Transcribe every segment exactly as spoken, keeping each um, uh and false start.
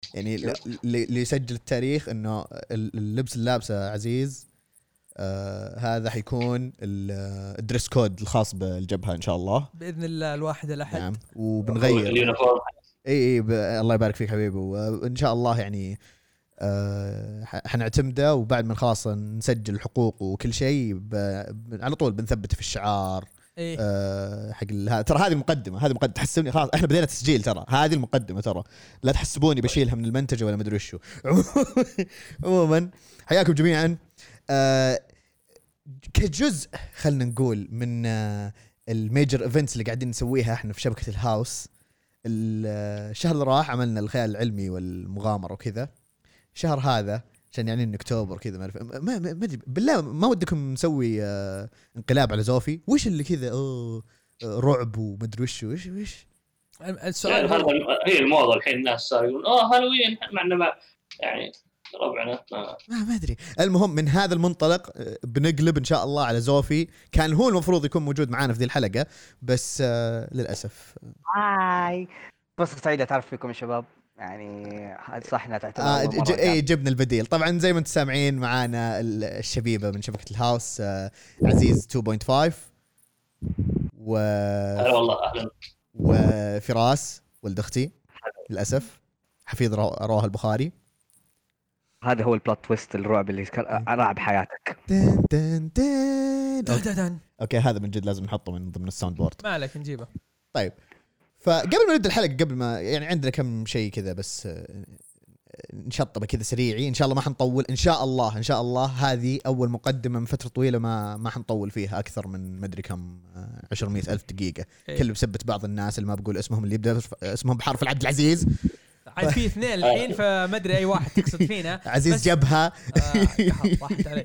يعني اللي يسجل التاريخ انه اللبس اللي لابسه عزيز آه هذا حيكون الدريس كود الخاص بالجبهه ان شاء الله باذن الله الواحد الاحد. نعم وبنغير اليونيفورم. اي اي ب... الله يبارك فيك حبيبي، وان شاء الله يعني آه حنعتمده، وبعد من خلاص نسجل الحقوق وكل شيء ب... على طول بنثبته في الشعار. إيه؟ آه حق ال... ترى هذه مقدمه، هذه مقدمه تحسبني خلاص احنا بدينا تسجيل، ترى هذه المقدمه، ترى لا تحسبوني بشيلها من المنتج ولا مدري وشو. عموما حياكم جميعا. آه كجزء خلنا نقول من آه الميجر ايفنتس اللي قاعدين نسويها احنا في شبكه الهاوس. الشهر اللي راح عملنا الخيال العلمي والمغامره وكذا، الشهر هذا عشان يعني ان اكتوبر كذا ما ما ما بالله ما ودكم نسوي آه انقلاب على زوفي؟ وش اللي كذا اوه رعب ومدري وش وش وش السؤال هذا هي الموضه الحين، الناس صاروا يقولون اه هالوين معنا ما يعني ربعنا ما ما ادري. المهم من هذا المنطلق بنقلب ان شاء الله على زوفي. كان هو المفروض يكون موجود معانا في ذي الحلقه بس آه للاسف. هاي فرصه سعيده تعرف فيكم يا شباب، يعني هذه صح انها تعتبر آه ج- اي جبنا البديل طبعا زي ما انتم سامعين معانا الشبيبه من شبكه الهاوس آه عزيز اثنين فاصلة خمسة و هلا والله اهلا، وفراس ولد اختي للاسف حفيظ رواه البخاري. هذا هو البلوت تويست الرعب اللي رعب حياتك. دن دن دن. دن دن دن. اوكي هذا من جد لازم نحطه من ضمن الساوند بورد. ما عليك نجيبه. طيب فقبل ما نبدا الحلقه، قبل ما يعني عندنا كم شيء كذا بس نشطبه كذا سريعي ان شاء الله، ما حنطول ان شاء الله. ان شاء الله هذه اول مقدمه من فتره طويله ما ما حنطول فيها اكثر من ما ادري كم عشرمية ألف دقيقه. إيه. كله بسبه بعض الناس اللي ما بقول اسمهم اللي يبدا اسمهم بحرف العبد العزيز. عاد في اثنين الحين فما ادري اي واحد تقصد فينا. عزيز جبهه. آه راحت علي.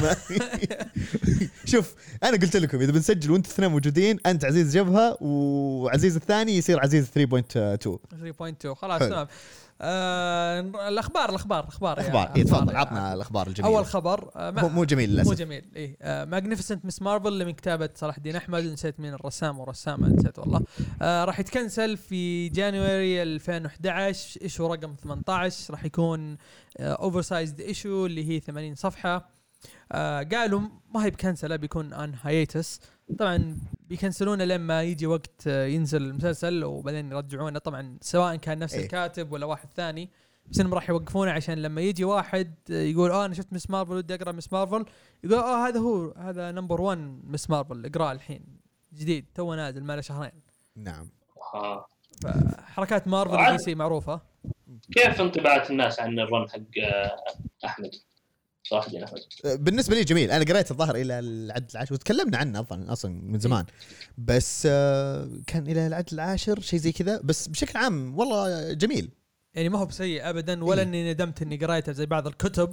شوف انا قلت لكم اذا بنسجل وانت اثنين موجودين، انت عزيز جبهه وعزيز الثاني يصير عزيز ثلاثة فاصلة اثنين. ثلاثة فاصلة اثنين خلاص تمام. آه الاخبار الاخبار الاخبار اخبار إيه تفضل عطنا الاخبار الجميله. اول خبر آه مو, مو جميل للاسف. مو جميل ايه آه ماجنيفيسنت مس مارفل اللي من كتابه صلاح الدين احمد، نسيت مين الرسام والرسامه نسيت والله. آه راح يتكنسل في جانوري ألفين وأحد عشر، ايشو رقم ثمانية عشر راح يكون اوفر سايزد ايشو اللي هي ثمانين صفحه. آه قالوا ما هي بكنسله، بيكون ان هايتس. طبعا بيكنسلونه لما يجي وقت ينزل المسلسل وبعدين يرجعونه، طبعا سواء كان نفس إيه؟ الكاتب ولا واحد ثاني، بس انهم راح يوقفونه عشان لما يجي واحد يقول اه انا شفت مس مارفل ودي اقرا مس مارفل، يقول اه هذا هو هذا نمبر واحد مس مارفل اقراه الحين جديد تو نازل ما له شهرين. نعم. آه. حركات مارفل دي سي معروفه. كيف انطباعات الناس عن الرن حق احمد صراحه؟ بالنسبه لي جميل، انا قريت الظاهر الى العدد العاشر وتكلمنا عنه اصلا اصلا من زمان، بس كان الى العدد العاشر شيء زي كذا، بس بشكل عام والله جميل يعني ما هو بسيء ابدا ولا اني ندمت اني قريته زي بعض الكتب.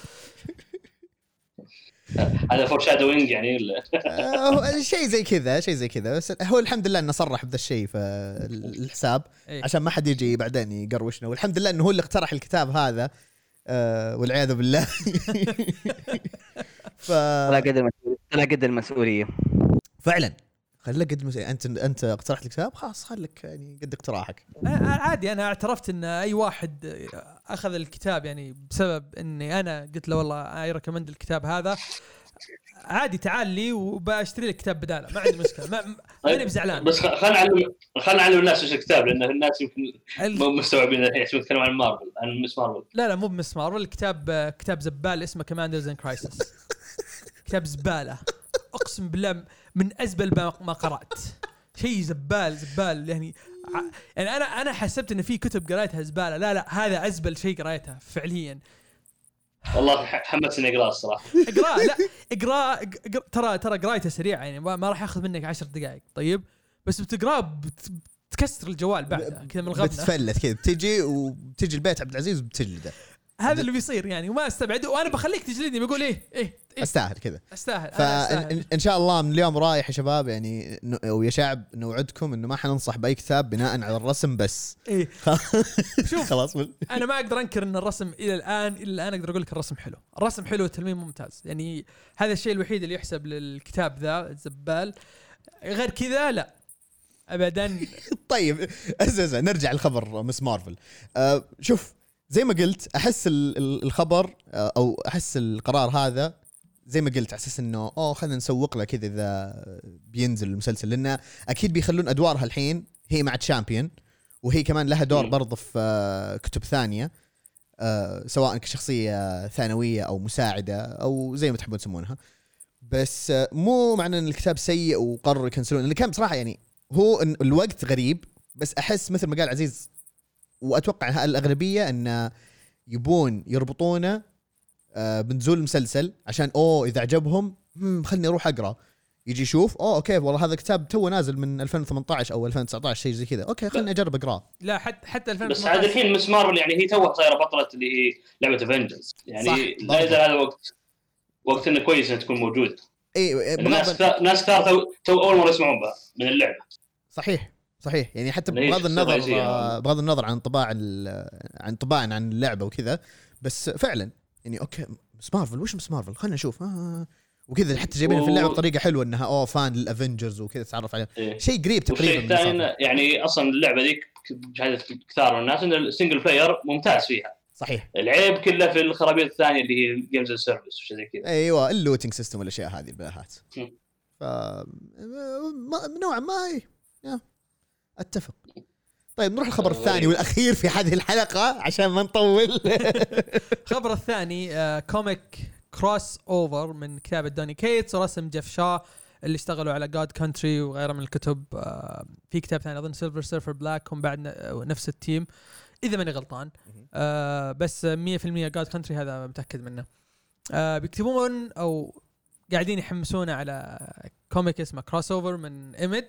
هذا فور شادوينج يعني ولا شيء زي كذا شيء زي كذا، بس هو الحمد لله انه صرح بذا الشيء في الحساب عشان ما حد يجي بعدين يقروشنا، والحمد لله انه هو اللي اقترح الكتاب هذا أه والعياذ بالله. ف لا قد المسؤولية لا قد المسؤولية فعلا. خليك قد المسؤولية. انت انت اقترحت الكتاب خلاص خليك يعني قد اقتراحك. عادي انا اعترفت ان اي واحد اخذ الكتاب يعني بسبب اني انا قلت له والله اي ريكومند الكتاب هذا، عادي تعال لي وباشتري لك كتاب بداله، ما عندي مشكله، ما ماني بزعلان. بس خلينا نعلم خلينا نعلم الناس ايش الكتاب، لان الناس يمكن مو مستوعبين الحين شو نتكلم عن مارفل عن مس مارفل. لا لا مو بمس مارفل، الكتاب كتاب زبال اسمه كوماندرز اند كرايسيس. كتاب زباله اقسم بالله من ازبل ما قرات، شيء زبال زبال يعني. يعني انا انا حسبت ان في كتب قريتها زباله، لا لا هذا ازبل شيء قريتها فعليا. والله حمسني اقرا الصراحه. اقرا لا اقرا ترى ترى قرايته سريعه يعني ما راح ياخذ منك عشر دقائق. طيب بس بتقرا بتكسر الجوال بعدها كذا من الغبنه، بتفلت كذا بتجي وبتجي البيت عبد العزيز وبتجلده. هذا اللي بيصير يعني وما استبعده، وانا بخليك تجلدني بقول ايه ايه, إيه؟ استاهل كذا استاهل. فان شاء الله من اليوم رايح يا شباب يعني ويا شعب نوعدكم انه ما حننصح باي كتاب بناء على الرسم بس. ايه شوف خلاص انا ما اقدر انكر ان الرسم الى الان الى الان اقدر اقول لك الرسم حلو، الرسم حلو والتلميذ ممتاز، يعني هذا الشيء الوحيد اللي يحسب للكتاب ذا الزبال، غير كذا لا ابدا. طيب أزازة نرجع لخبر مس مارفل. أه شوف زي ما قلت احس ال- ال- الخبر او احس القرار هذا زي ما قلت اساس انه اوه خلينا نسوق له كذا اذا بينزل المسلسل، لانه اكيد بيخلون ادوارها الحين هي مع تشامبيون، وهي كمان لها دور برضه في كتب ثانيه سواء كشخصيه ثانويه او مساعده او زي ما تحبون تسمونها. بس مو معنى ان الكتاب سيء وقرروا يكنسلون، اللي كان بصراحه يعني هو إن الوقت غريب، بس احس مثل ما قال عزيز واتوقع الاغلبيه ان يبون يربطونه بنزول المسلسل عشان اوه اذا عجبهم خلني اروح اقرا، يجي يشوف اوه اوكي والله هذا الكتاب تو نازل من ألفين وثمانية عشر او ألفين وتسعة عشر شيء زي كذا، اوكي خلني اجرب اقراه. لا حتى حتى ألفين بس هذا الحين مس مارفل يعني هي توها صايره بطله اللي هي لعبه افنجرز، يعني لا يزال هذا وقت وقت انه كويس انها تكون موجود. اي الناس ناس كثار تو, تو اول مره يسمعون بها من اللعبه. صحيح صحيح يعني حتى بغض النظر بغض النظر عن طباع عن طباعنا عن اللعبه وكذا، بس فعلا يعني اوكي مس مارفل وش مس مارفل خلينا نشوف آه. وكذا حتى جايبين و... في اللعبه بطريقه حلوه انها اوه فان للافنجرز وكذا تعرف عليه إيه. شيء قريب تقريبا. يعني اصلا اللعبه ذيك بشهاده كثار من الناس ان السنجل بلاير ممتاز فيها. صحيح. العيب كله في الخرابيط الثانيه اللي هي جيمز سيرفيس وشيء زي كذا. ايوه اللوتينج سيستم والاشياء هذه البلاهات. ف نوعا ما يا اتفق. طيب نروح الخبر الثاني والاخير في هذه الحلقه عشان ما نطول. الخبر الثاني آه كوميك كروس اوفر من كتابة دوني كيتس ورسم جيف شا اللي اشتغلوا على جاد كونتري وغيرها من الكتب. آه في كتاب ثاني اظن سيلفر سيرفر بلاك هم بعد نفس التيم اذا ماني غلطان. آه بس مية بالمية جاد كونتري هذا متاكد منه. آه بيكتبون او قاعدين يحمسونا على كوميك اسمه كروس اوفر من ايمج،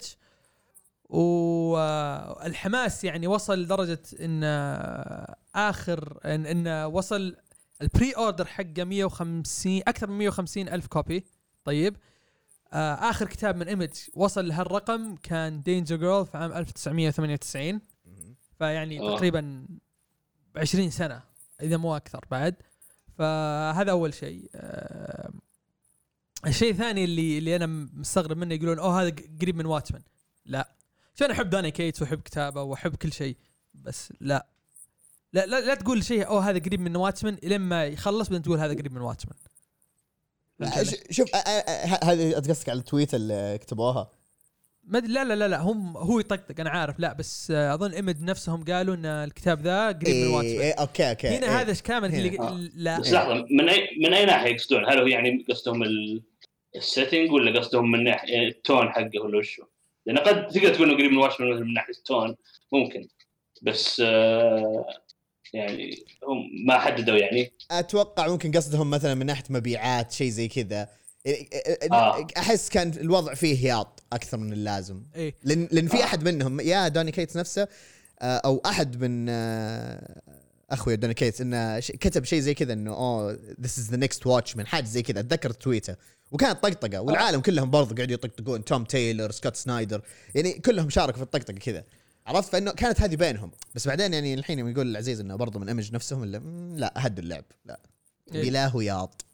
والحماس يعني وصل لدرجة ان اخر ان, إن وصل البري اوردر حقه مية وخمسين اكثر من مية وخمسين الف كوبي. طيب آه اخر كتاب من ايمج وصل لهالرقم كان دينجر جيرل في عام ألف وتسعمية وثمانية وتسعين، فيعني أوه. تقريبا عشرين سنة اذا مو اكثر بعد. فهذا اول شيء. آه الشيء الثاني اللي اللي انا مستغرب منه يقولون اوه هذا قريب من واتمان. لا عشان احب داني كيتس واحب كتابه واحب كل شيء، بس لا لا لا, لا تقول شيء اوه هذا قريب من واتمان لما يخلص بدنا تقول هذا قريب من واتمان. شوف هذه اتقصدك على التويت اللي كتبوها. ما لا لا لا لا هم هو يطقطق انا عارف، لا بس اظن ايمج نفسهم قالوا ان الكتاب ذا قريب إيه من واتمان. إيه اوكي اوكي هنا إيه هذا كامل اللي آه. لا بس لحظه من اي من اي ناحيه يقصدون؟ هل هو يعني قصدهم السيتنج ولا قصدهم من ناحيه التون حقه ولا وشو؟ لأن قد تقدر تقول إنه قريب من واتشمان من ناحية التون ممكن، بس آه يعني هم ما حددوا. يعني أتوقع ممكن قصدهم مثلا من ناحية مبيعات شيء زي كذا. آه. أحس كان الوضع فيه هياط أكثر من اللازم. إيه؟ لأن لأن في آه. أحد منهم يا دوني كيتس نفسه أو أحد من أخوي دوني كيتس إنه كتب شيء زي كذا إنه أوه this is the next Watchmen حاجة زي كذا. أتذكر تويته وكانت طقطقة والعالم آه. كلهم برضو قاعدوا يطقطقون توم تايلر سكوت سنايدر يعني كلهم شاركوا في الطقطقة كذا عرفت. فإنه كانت هذه بينهم. بس بعدين يعني الحين يقول العزيز إنه برضو من إيمج نفسهم اللي لا هدوا اللعب لا إيه؟ بلا هياط.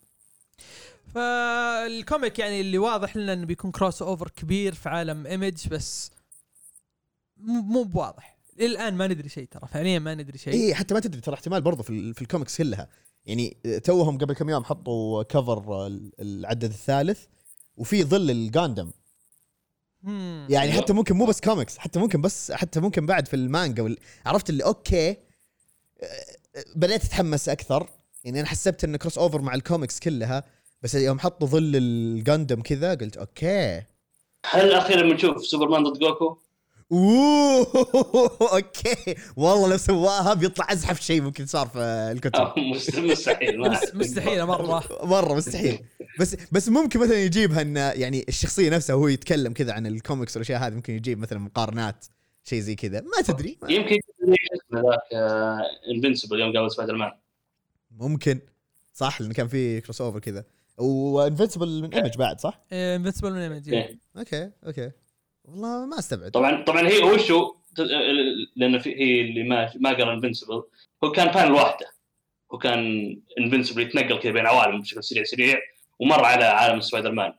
فالكوميك يعني اللي واضح لنا إنه بيكون كروس أوفر كبير في عالم إيمج بس مو بواضح الآن ما ندري شيء ترى فعليا ما ندري شيء. إيه حتى ما تدري ترى احتمال برضو في في الكوميكس كلها يعني توهم قبل كم يوم حطوا كفر العدد الثالث وفي ظل الغاندم يعني حتى ممكن مو بس كوميكس حتى ممكن بس حتى ممكن بعد في المانجا وال... عرفت اللي اوكي بدأت اتحمس اكثر يعني انا حسبت ان كروس اوفر مع الكوميكس كلها بس يوم حطوا ظل الغاندم كذا قلت اوكي هل اخيرا بنشوف سوبرمان ضد جوكو؟ اوه اوكي والله لو سواها بيطلع ازحف شيء ممكن صار في الكتب. مستحيل مستحيل مره مره مستحيل. بس بس ممكن مثلا يجيبها ان يعني الشخصيه نفسها هو يتكلم كذا عن الكوميكس والاشياء هذه ممكن يجيب مثلا مقارنات شيء زي كذا ما تدري. يمكن اسمه ذاك انفنسبل يوم قابل سبايدر مان ممكن صح لان كان في كروس اوفر كذا وانفنسبل من ايمج بعد صح انفنسبل من ايمج اوكي اوكي والله ما استبعد. طبعا طبعا هي وشو لان في هي اللي ما ما قرا انفنسبل هو كان بانل واحده هو كان انفنسبل يتنقل كذا بين عوالم بشكل سريع سريع ومر على عالم سبايدر مان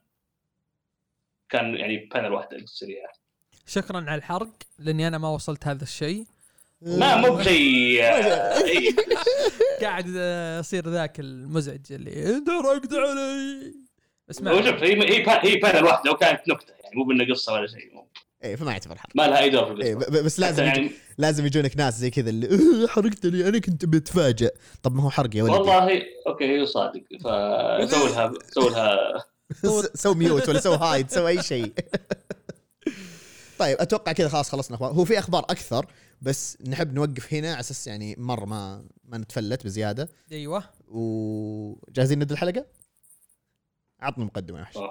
كان يعني بانل واحده سريعه. شكرا على الحرق لاني انا ما وصلت هذا الشيء ما مو بشيء إيه. قاعد يصير ذاك المزعج اللي انت رقد علي. اسمع هو شوف هي هي هي بانل واحده وكانت نكته يعني مو بأنه قصه ولا شيء. ايه فما يعتبر حرق. ما لها اي دور في إيه القصه. بس لازم يعني يجي... لازم يجونك ناس زي كذا اللي حرقت لي انا كنت بتفاجئ. طب ما هو حرق يا ولدي. والله اوكي صادق فسوي لها سوي لها سو ميوت ولا سو هايد سو اي شيء. طيب اتوقع كذا خلاص خلصنا اخوان. هو في اخبار اكثر بس نحب نوقف هنا على اساس يعني مره ما ما نتفلت بزياده. ايوه وجاهزين نبدا الحلقه. عطنا مقدمه يا وحش.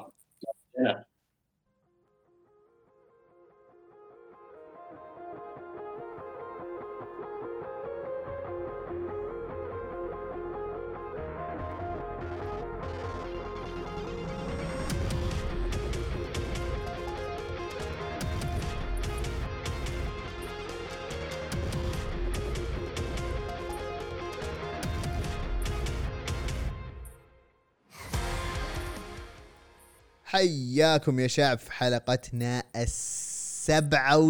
حياكم يا شعب في حلقتنا السبعة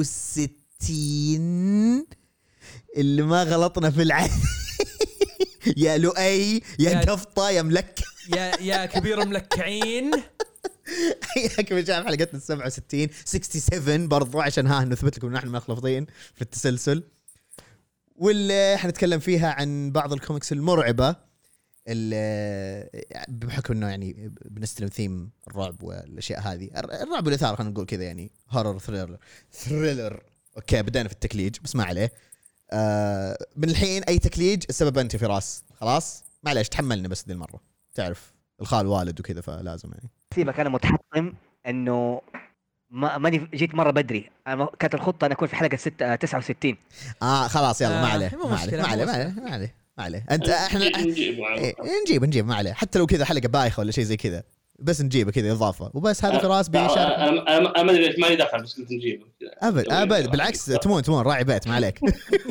وستين اللي ما غلطنا في العد. يا لؤي يا كفطة يا ملك يا يا كبير ملكعين. حياكم يا شعب حلقتنا السبعة وستين سبعة وستين برضو عشان ها نثبت لكم نحن مخلفضين في التسلسل، واللي حنتكلم فيها عن بعض الكوميكس المرعبة بحكم انه يعني بنستلم ثيم الرعب والاشياء هذه، الرعب والاثاره خلينا نقول كذا يعني هورر ثريلر ثريلر. اوكي بدأنا في التكليج بس ما عليه. آه من الحين اي تكليج السبب انت فراس، خلاص معليش تحملنا بس دي المره، تعرف الخال والد وكذا فلازم يعني سيبك. انا متحطم انه ما ماني جيت مره بدري. انا كانت الخطه ان اكون في حلقه ستة تسعة وستين. اه خلاص يلا آه ما عليه مو ما مشكلة، عليه مو ما عليه مشكلة. ما عليه ما عليه انت احنا نجيب إيه نجيب نجيب ما عليه، حتى لو كذا حلقه بايخه ولا شيء زي كذا بس نجيبه كذا اضافه وبس. هذا فراس بيشارك. انا انا ما ادري ليش ماني دخل بس كنت نجيبه ابد ابد بالعكس تمون تمون راعي بيت ما عليك.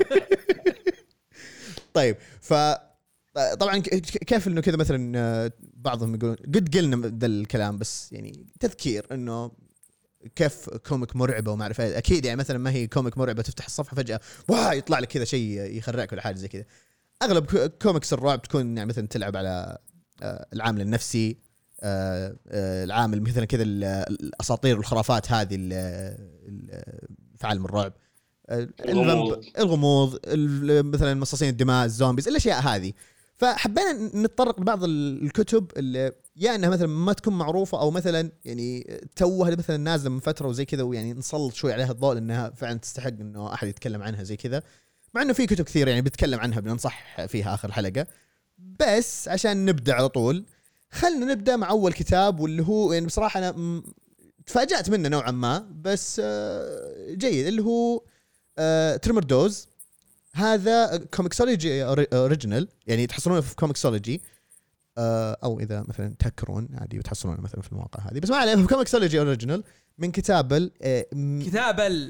طيب ف طبعا كيف انه كذا مثلا بعضهم يقولون قد قلنا ذا الكلام بس يعني تذكير انه كيف كوميك مرعبه وما اعرف اكيد يعني مثلا ما هي كوميك مرعبه تفتح الصفحه فجاه واه يطلع لك كذا شيء يخرعك ولا حاجه زي كذا. اغلب كوميكس الرعب تكون يعني مثلا تلعب على العامل النفسي، العامل مثلا كذا الاساطير والخرافات هذه في عالم الرعب، الغموض, الغموض مثلا مصاصين الدماء الزومبيز الاشياء هذه. فحبينا نتطرق لبعض الكتب اللي يا انها مثلا ما تكون معروفه او مثلا يعني توها مثلا نازله من فتره وزي كذا، ويعني نسلط شوي عليها الضوء انها فعلا تستحق انه احد يتكلم عنها زي كذا، مع انه في كتب كثير يعني بتكلم عنها بننصح فيها اخر حلقه. بس عشان نبدا على طول خلنا نبدا مع اول كتاب واللي هو يعني بصراحه انا م... تفاجأت منه نوعا ما بس جيد، اللي هو تريمردوز. هذا كوميكسولوجي اوريجينال يعني تحصلونه في كوميكسولوجي او اذا مثلا تكرون عادي بتحصلونه مثلا في المواقع هذه، بس ما عليه. في كوميكسولوجي اوريجينال من كتاب ال كتاب ال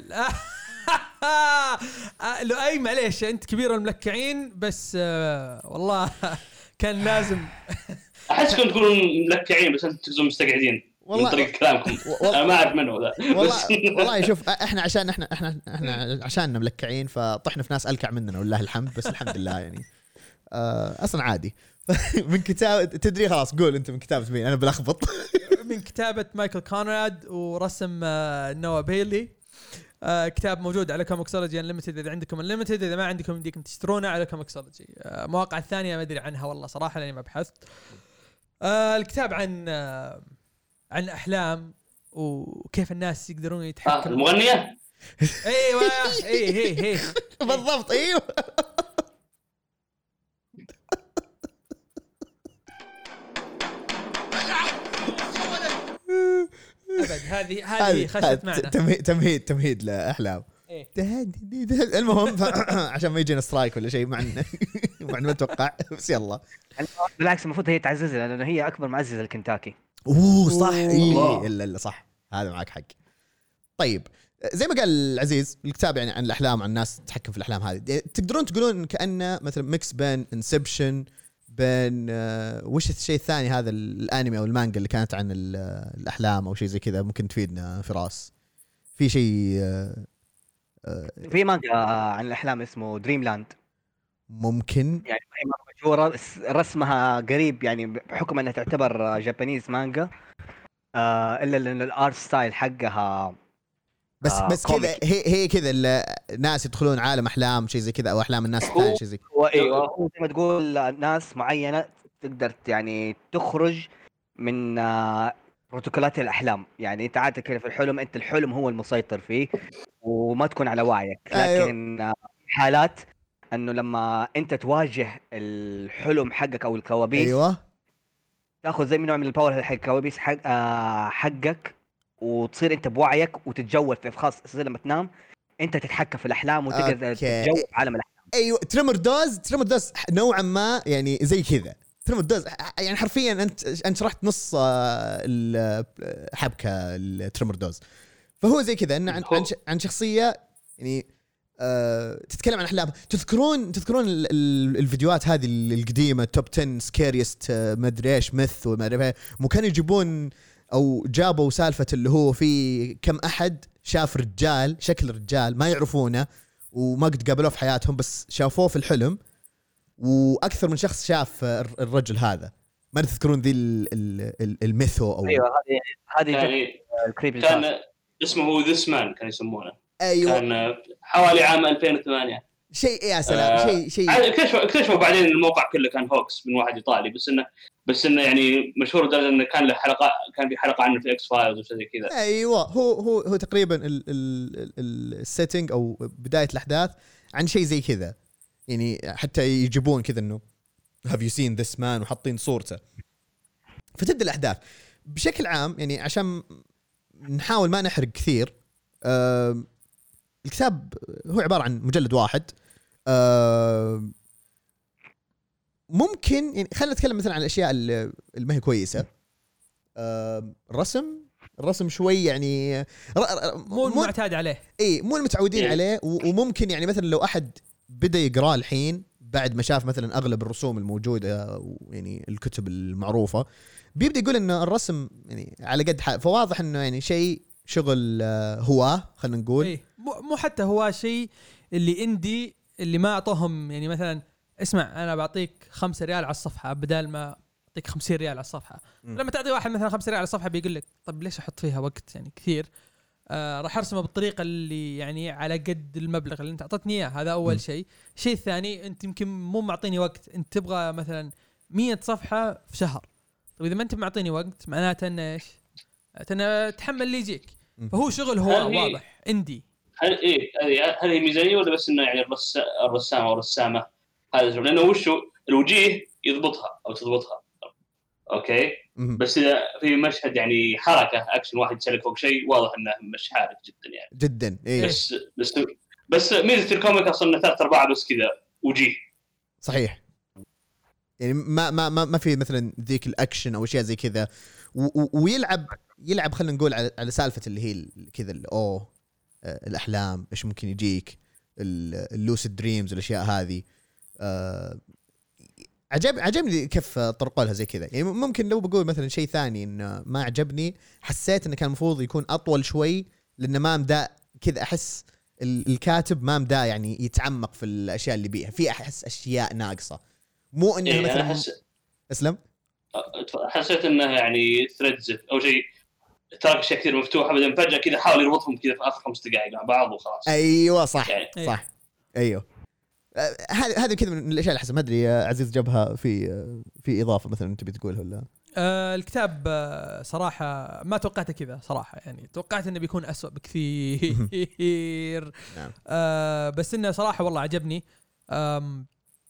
لو اي معليش انت كبير الملكعين بس والله كان لازم. احسكم تقولون ملكعين بس انتم تكونوا مستقعدين من طريق كلامكم. انا ما اعرف منه ذا والله والله شوف احنا عشان احنا احنا احنا عشاننا ملكعين فطحنا في ناس الكع مننا والله الحمد، بس الحمد لله يعني آه اصلا عادي. من كتاب تدري خلاص قول انت من كتابة مين؟ انا بلخبط. من كتابة مايكل كونراد ورسم آه نوا بيلي. آه كتاب موجود على كوميكسولوجي انليمتد اذا عندكم انليمتد، اذا ما عندكم يمديكم تشترونه على كوميكسولوجي. آه مواقع الثانيه ما ادري عنها والله صراحه لاني ما بحثت. آه الكتاب عن آه عن احلام وكيف الناس يقدرون يتحكموا. آه المغنيه ايوه اي هي هي بالضبط ايوه. ابد هذه هذه خشت معنا. تمهيد تمهيد تمهيد لاحلام. إيه؟ المهم عشان ما يجينا سترايك ولا شيء معنا مع ما اتوقع بس يلا بالعكس المفروض هي تعززها لانه هي اكبر معززه للكنتاكي. اوه صح إيه الا الا صح هذا معك حق. طيب زي ما قال العزيز الكتاب يعني عن الاحلام عن الناس تتحكم في الاحلام هذه، تقدرون تقولون كانه مثلا ميكس بين انسبشن بين آه وش الشيء الثاني هذا الانمي او المانجا اللي كانت عن الاحلام او شيء زي كذا. ممكن تفيدنا فراس في شيء آه في مانجا عن الاحلام اسمه دريم لاند، ممكن يعني هي مانجا مشهوره بس رسمها قريب يعني بحكم انها تعتبر جابانيز مانجا، آه الا ان الارت ستايل حقها بس آه بس كذا كوميك. هي هي كذا الناس يدخلون عالم احلام شيء زي كذا او احلام الناس الثانيه شيء زي هو ايوه هو زي ما تقول ناس معينه تقدر يعني تخرج من آه بروتوكولات الاحلام، يعني انت عاده كده في الحلم انت الحلم هو المسيطر فيه وما تكون على وعيك، لكن أيوه. آه حالات انه لما انت تواجه الحلم حقك او الكوابيس ايوه تاخذ زي من نوع من الباور حق الكوابيس حق آه حقك وتصير انت بوعيك وتتجول في خاص تصير لما تنام انت تتحكم في الاحلام وتقدر أوكي. تتجول في عالم الاحلام. ايوه تريمر دوز تريمر دوز نوعا ما يعني زي كذا. تريمر دوز يعني حرفيا انت انت شرحت نص الحبكه التريمر دوز، فهو زي كذا انه عن عن, عن شخصيه يعني أه تتكلم عن احلام. تذكرون تذكرون ال ال الفيديوهات هذه القديمه توب عشرة سكيريست ما ادري ايش مث وما ادري مو كانوا يجيبون او جابوا سالفه اللي هو في كم احد شاف رجال شكل رجال ما يعرفونه وما قد قابلوه في حياتهم بس شافوه في الحلم، واكثر من شخص شاف الرجل هذا. ما تذكرون ذي الميثو او ايوه هذه هذه يعني الكريبي كان اسمه ذس مان كان يسمونه. ايوه كان حوالي عام ألفين وثمانية شيء يا سلام. آه شيء شيء اكتشفوا اكتشفوا بعدين الموقع كله كان هوكس من واحد ايطالي، بس انه بس انه يعني مشهور لدرجه انه كان له حلقه كان في حلقه عنه في اكس فايلز وشيء زي كذا. ايوه هو هو هو تقريبا السيتنج او بدايه الاحداث عن شيء زي كذا، يعني حتى يجيبون كذا انه have you seen this man وحاطين صورته، فتبدا الاحداث بشكل عام. يعني عشان نحاول ما نحرق كثير، آه الكتاب هو عباره عن مجلد واحد. آه ممكن يعني خلينا نتكلم مثلا عن الاشياء اللي ما هي كويسه. آه الرسم الرسم شوي يعني مو المعتاد عليه، اي مو المتعودين إيه. عليه، وممكن يعني مثلا لو احد بدا يقراه الحين بعد ما شاف مثلا اغلب الرسوم الموجوده يعني الكتب المعروفه بيبدا يقول انه الرسم يعني على قد حال، فواضح انه يعني شيء شغل هواه خلينا نقول. إيه. مو حتى هو شيء اللي اندي اللي ما اعطوهم، يعني مثلا اسمع انا بعطيك خمسة ريال على الصفحه بدل ما اعطيك خمسين ريال على الصفحه. م. لما تعطي واحد مثلا خمسة ريال على الصفحه بيقول لك طب ليش احط فيها وقت يعني كثير، آه راح ارسمه بالطريقه اللي يعني على قد المبلغ اللي انت اعطتني اياه. هذا اول شيء. الشيء الثاني انت يمكن مو معطيني وقت، انت تبغى مثلا مية صفحه في شهر، طيب اذا ما انت معطيني وقت معناته انه ايش؟ انه تحمل اللي يجيك. فهو شغل هو واضح عندي. هل ايه هذه هذه ميزانيه ولا بس انه يعني الرس الرسام او الرسامه هذا شغل؟ لانه وشو الوجيه يضبطها او تضبطها اوكي، بس اذا في مشهد يعني حركه اكشن واحد يسلك فوق شيء واضح انه مش حارق جدا يعني جدا. إيه. بس بس بس ميزه الكوميك اصلا انه ثلاث ارباع بس كذا وجيه صحيح، يعني ما ما ما, ما في مثلا ذيك الاكشن او اشياء زي كذا، ويلعب يلعب خلينا نقول على, على سالفه اللي هي كذا اوه الاحلام ايش ممكن يجيك، اللوسيد دريمز الاشياء هذه. أه عجب عجبني كيف طرقوا لها زي كذا. يعني ممكن لو بقول مثلا شيء ثاني انه ما عجبني، حسيت انه كان المفروض يكون اطول شوي، لانه ما مدا كذا احس الكاتب ما مدا يعني يتعمق في الاشياء اللي بيها، في احس اشياء ناقصه، مو انه إيه مثلا حس... اسلم حسيت انه يعني ثريدز او شيء ترك اشياء كثير مفتوحه بعدين فجاه كذا حاول يربطهم كذا في اخر خمس دقائق مع بعض وخلاص. ايوه صح يعني. صح ايوه هذا هذا كذا من الاشياء اللي حسب ما ادري عزيز جابها في في اضافه مثلا انت بتقولها ولا؟ آه الكتاب آه صراحه ما توقعته كذا صراحه، يعني توقعت انه بيكون أسوأ بكثير. نعم. آه بس انه صراحه والله عجبني. آه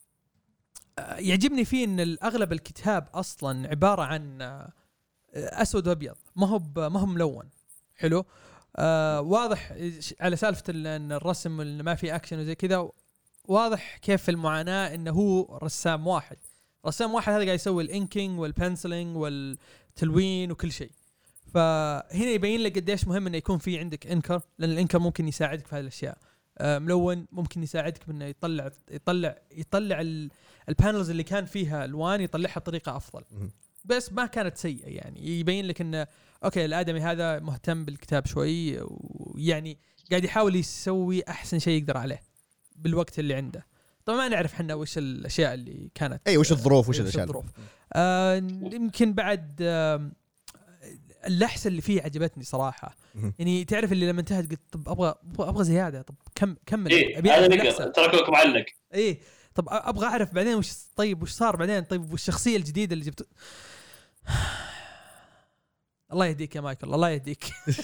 يعجبني فيه ان اغلب الكتاب اصلا عباره عن اسود وابيض، ما هو ما هو ملون. حلو. آه واضح على سالفه ان الرسم اللي ما في اكشن وزي كذا، واضح كيف المعاناه انه هو رسام واحد رسام واحد هذا قاعد يسوي الانكينج والبنسلينج والتلوين وكل شيء. فهنا يبين لك قديش مهم انه يكون في عندك انكر، لان الانكر ممكن يساعدك في هذه الاشياء. آه ملون ممكن يساعدك بانه يطلع يطلع يطلع البانلز اللي كان فيها الوان يطلعها بطريقه افضل، بس ما كانت سيئه. يعني يبين لك انه اوكي الادمي هذا مهتم بالكتاب شوي، ويعني قاعد يحاول يسوي احسن شيء يقدر عليه بالوقت اللي عنده. طبعا ما نعرف احنا وش الاشياء اللي كانت اي وش الظروف وش أي الاشياء الظروف. آه يمكن بعد آه اللحسه اللي فيه عجبتني صراحه. يعني تعرف اللي لما انتهت قلت طب ابغى ابغى زياده، طب كم كمل إيه ابي اعرف هذا اللحسه. تركوك معلق. ايه طب ابغى اعرف بعدين وش طيب وش صار بعدين، طيب والشخصيه الجديده اللي جبت. الله يهديك يا مايكل الله يهديك.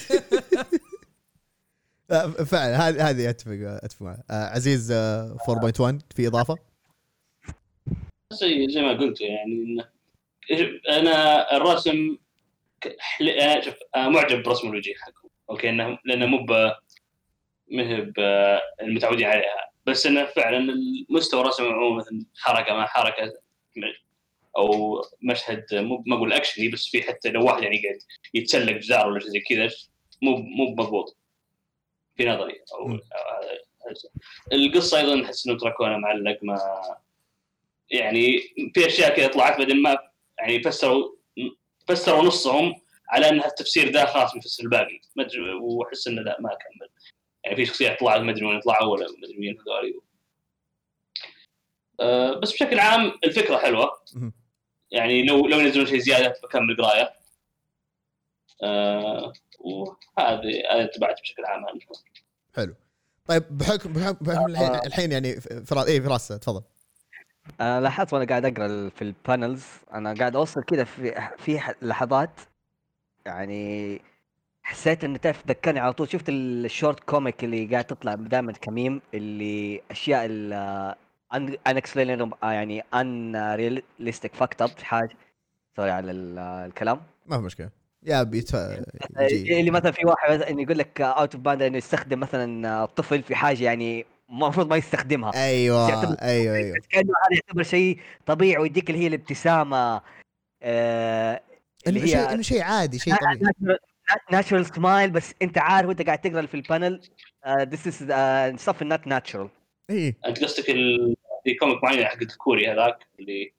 فعلا هذه هذه اتفق اتفق معه. عزيز أربعة نقطة واحد في اضافه زي زي ما قلت يعني انا الرسم حل... شوف معجب برسم الوجه حقه اوكي انه لانه مو مهب المتعودين عليها، بس انه فعلا المستوى الرسم عموما مثلا حركه ما حركه او مشهد مو ما اقول اكشني، بس في حتى لو واحد يعني قاعد يتسلق جزار ولا شيء زي كذا مو مو مضبوط في نظري. او القصه ايضا احس انه تركونا معلق، ما يعني في اشياء كذا طلعت بعدين ما يعني فسروا فسروا نصهم على انها التفسير ده خاص بيفسر الباقي ما ادري، واحس انه لا ما كمل. يعني في شخصيات طلعت ما ادري وين طلعوا ولا ما ادري مين هذول. أه بس بشكل عام الفكره حلوه يعني لو لو ينزلون شيء زياده بكمل قرايه. أه وهذه انا تبعت بشكل عام عنه. حلو. طيب بحكم بحكم, بحكم الحين, الحين يعني فراس ايه فراس تفضل. انا لاحظت وانا قاعد اقرا في البانلز انا قاعد اوصل كذا في في لحظات يعني حسيت انه تعرف ذكرني على طول. شفت الشورت كوميك اللي قاعد تطلع دائما كميم اللي اشياء ال ان اكسبلين يعني ان رياليستيك فاكت اب حاجه سوري على الكلام ما في مشكله يا بيت اللي مثلا في واحد مثلا يقول لك اوت اوف باند انه يستخدم مثلا الطفل في حاجه يعني المفروض ما يستخدمها. ايوه ايوه ايوه كانه هذا يعتبر شيء طبيعي ويديك اللي هي الابتسامه آه اللي هي شيء شيء عادي شيء طبيعي ناتشورال سمايل، بس انت عارف وانت قاعد تقرا في البانل ذس از ستاف نوت ناتشورال. ايه انت قصدك في كوميك معين حق الكوري هذاك اللي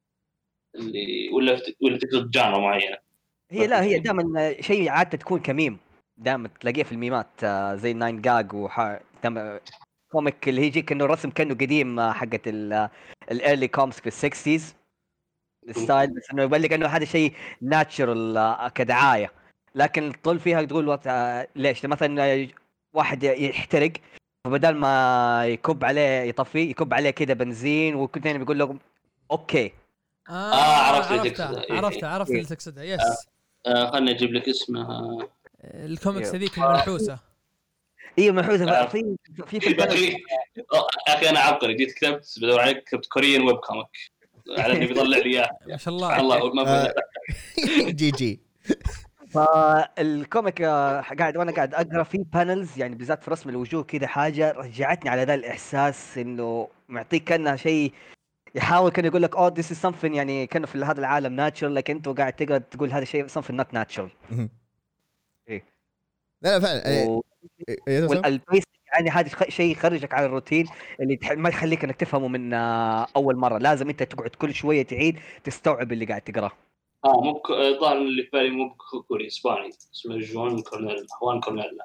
اللي ولا ولا تقصد جانرا معينه؟ هي لا هي دائما شيء عاده تكون كميم دائما تلاقيه في الميمات زي ناين جاج وح كوميك اللي يجيك انه الرسم كانه قديم حقه الايرلي كوميكس في السكسيز ستايل، بس انه يبان لك انه هذا شيء ناتشورال كدعايه. لكن طول فيها تقول وقت ليش مثلا واحد يحترق فبدل ما يكب عليه يطفي يكب عليه كده بنزين وكنت انا بيقول لهم اوكي اه, آه عرفت عرفت عرفت اللي تقصدها يس. آه خلنا نجيب لك اسمها الكوميكس هذيك المنحوسه. ايوه منحوسه في في في اخي انا عبقري جيت كتبت بدور عليك كتبت كوريين ويب كوميك على اللي بيطلع لي اياه ما شاء الله الله ما جي جي. فالكوميك قاعد وانا قاعد اقرا في بانلز يعني بالذات في رسم الوجوه كده حاجه رجعتني على ذا الاحساس انه معطيك كانها شيء يحاول كان يقول لك اوه ذس از سمثين يعني كانه في هذا العالم ناتشرال لكن انت قاعد تقرا تقول هذا شيء سمثين نوت ناتشرال. ايه لا لا فعلا و... والبيس يعني هذا شيء يخرجك على الروتين اللي ما يخليك انك تفهمه من اول مره، لازم انت تقعد كل شويه تعيد تستوعب اللي قاعد تقراه. اه مو ظاهر اللي في بالي مو كوري اسباني اسمه جوان كورنيل خوان كورنيل.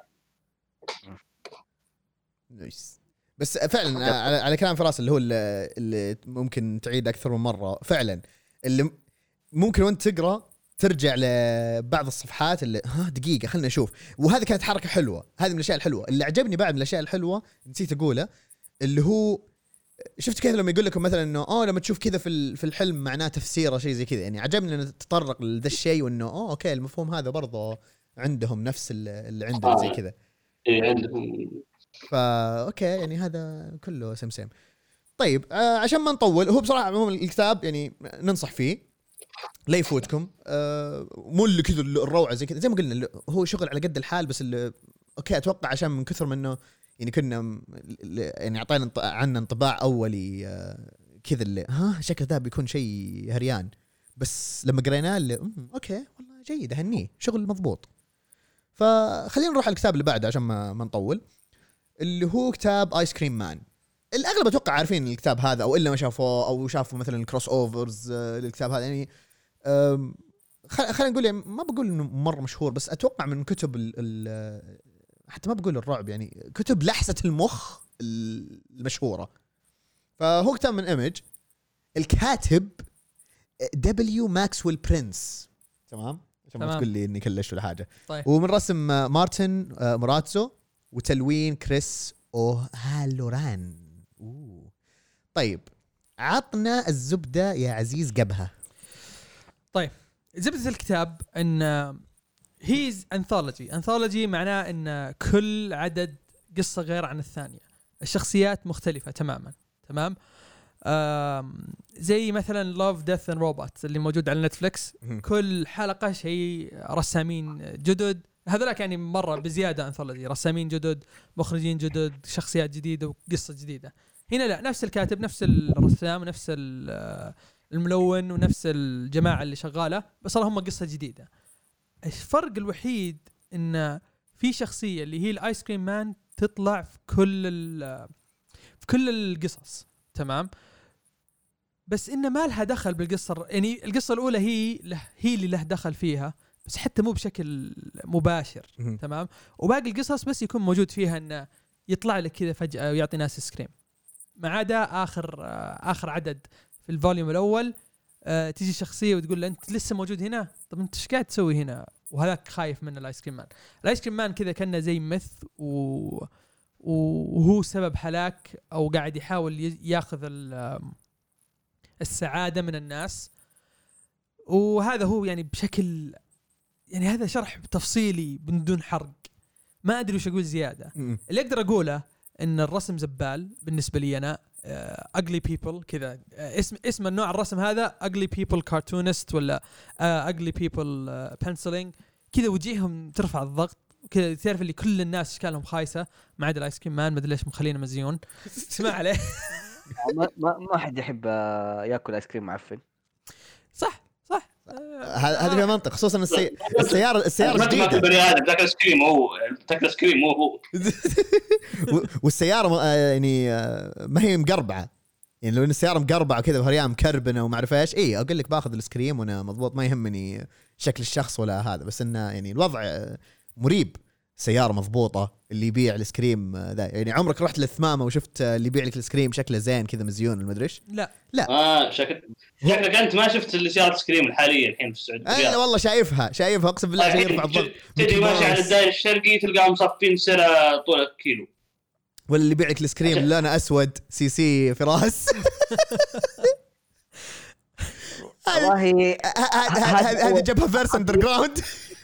نايس. بس فعلا على, على كلام فراس اللي هو اللي ممكن تعيد اكثر من مره فعلا اللي ممكن وانت تقرا ترجع لبعض الصفحات اللي ها دقيقه خلنا نشوف، وهذه كانت حركه حلوه. هذه من الاشياء الحلوه اللي عجبني بعد من الاشياء الحلوه نسيت اقوله اللي هو شفت كيف لما يقول لكم مثلا انه اه لما تشوف كذا في في الحلم معناه تفسيره شيء زي كذا. يعني عجبني انه تطرق لذا الشيء وانه اه اوكي المفهوم هذا برضه عندهم نفس اللي عندنا زي كذا. ايه عندهم فا اوكي يعني هذا كله سمسم. طيب آه عشان ما نطول هو بصراحه عموما الكتاب يعني ننصح فيه لا يفوتكم. آه مو اللي كذا الروعه زي كذا زي ما قلنا هو شغل على قد الحال، بس اللي اوكي اتوقع عشان من كثر منه يعني كنا يعني اعطينا عنا انطباع اولي آه كذا اللي ها شكل ذا بيكون شيء هريان، بس لما قريناه اللي اوكي والله جيد هنيه شغل مضبوط. فخلينا نروح على الكتاب اللي بعده عشان ما, ما نطول اللي هو كتاب آيس كريم مان. الأغلب أتوقع عارفين الكتاب هذا أو إلا ما شافوه أو شافوا مثلا الكروس أوفرز للكتاب هذا. يعني خلينا نقول يعني ما بقول إنه مرة مشهور، بس أتوقع من كتب ال ال حتى ما بقول الرعب يعني كتب لحسة المخ المشهورة. فهو كتاب من إيمج. الكاتب دبليو ماكسويل برينس. تمام عشان ما تقول لي اني كلشت ولا حاجه. طيب. ومن رسم مارتن موراتسو وتلوين كريس اوهالوران. اوه طيب عطنا الزبده يا عزيز قبها. طيب زبده الكتاب ان هيز انثولوجي. انثولوجي معناه ان كل عدد قصه غير عن الثانيه، الشخصيات مختلفه تماما. تمام. زي مثلا Love Death and Robots اللي موجود على نتفليكس، كل حلقة شيء رسامين جدد، هذولاك يعني مرة بزيادة أنثولوجي، رسامين جدد، مخرجين جدد، شخصيات جديدة وقصة جديدة. هنا لا، نفس الكاتب، نفس الرسام، نفس الملون، ونفس الجماعة اللي شغالة، بس هم قصة جديدة. الفرق الوحيد إن في شخصية اللي هي الآيس كريم مان تطلع في كل في كل القصص. تمام. بس إنه ما لها دخل بالقصة، يعني القصة الأولى هي له هي اللي له دخل فيها، بس حتى مو بشكل مباشر. تمام. وباقي القصص بس يكون موجود فيها إنه يطلع لك كذا فجأة ويعطي ناس سكريم. ما عدا آخر آخر عدد في الفوليوم الأول، أه تيجي شخصية وتقول له أنت لسه موجود هنا، طب أنت إيش قاعد تسوي هنا؟ وهذاك خايف من الآيس كريم مان. الآيس كريم مان كذا كأنه زي مث و وهو سبب هلاك، أو قاعد يحاول ياخذ السعادة من الناس. وهذا هو يعني بشكل، يعني هذا شرح تفصيلي بدون حرق، ما أدري وش أقول زيادة. اللي أقدر أقوله إن الرسم زبال بالنسبة لي أنا. uh, ugly people كذا، uh, اسم اسم النوع الرسم هذا ugly people cartoonist ولا uh, ugly people uh, penciling كذا، وجيههم ترفع الضغط كذا. تعرف اللي كل الناس اشكالهم خايسه ما عدا الايس كريم مان، ما ادري ليش مخلينا مزيون. اسمع عليه. ما ما ما حد يحب ياكل ايس كريم معفن. صح صح. هذا في منطق، خصوصا السي... السياره السياره جديده. ما بني ادم تاكل ايس كريم، هو تاكل ايس كريم مو هو. والسياره يعني ما هي مقربعه، يعني لو ان السياره مقربعه كذا وهريان مكربنه وما اعرف ايش، اي اقول لك باخذ الايس كريم وانا مضبوط، ما يهمني شكل الشخص ولا هذا، بس انه يعني الوضع مريب. سيارة مضبوطة اللي يبيع الاسكريم ذا، يعني عمرك رحت للثمامة وشفت اللي يبيع لك الاسكريم شكله زين كذا مزيون المدريش؟ لا لا. اه شكل شكلك انت ما شفت اللي سيارة الاسكريم الحالية الحين في السعودية. انا والله شايفها شايفها اقسم بالله شيء يرفع الضغط. تجي ماشي على الدائري الشرقي تلقاهم مصفين سرة طول كيلو، ولا اللي يبيع لك الاسكريم لونه اسود سي سي فراس. والله هذه جابها فيرس اندر جراوند.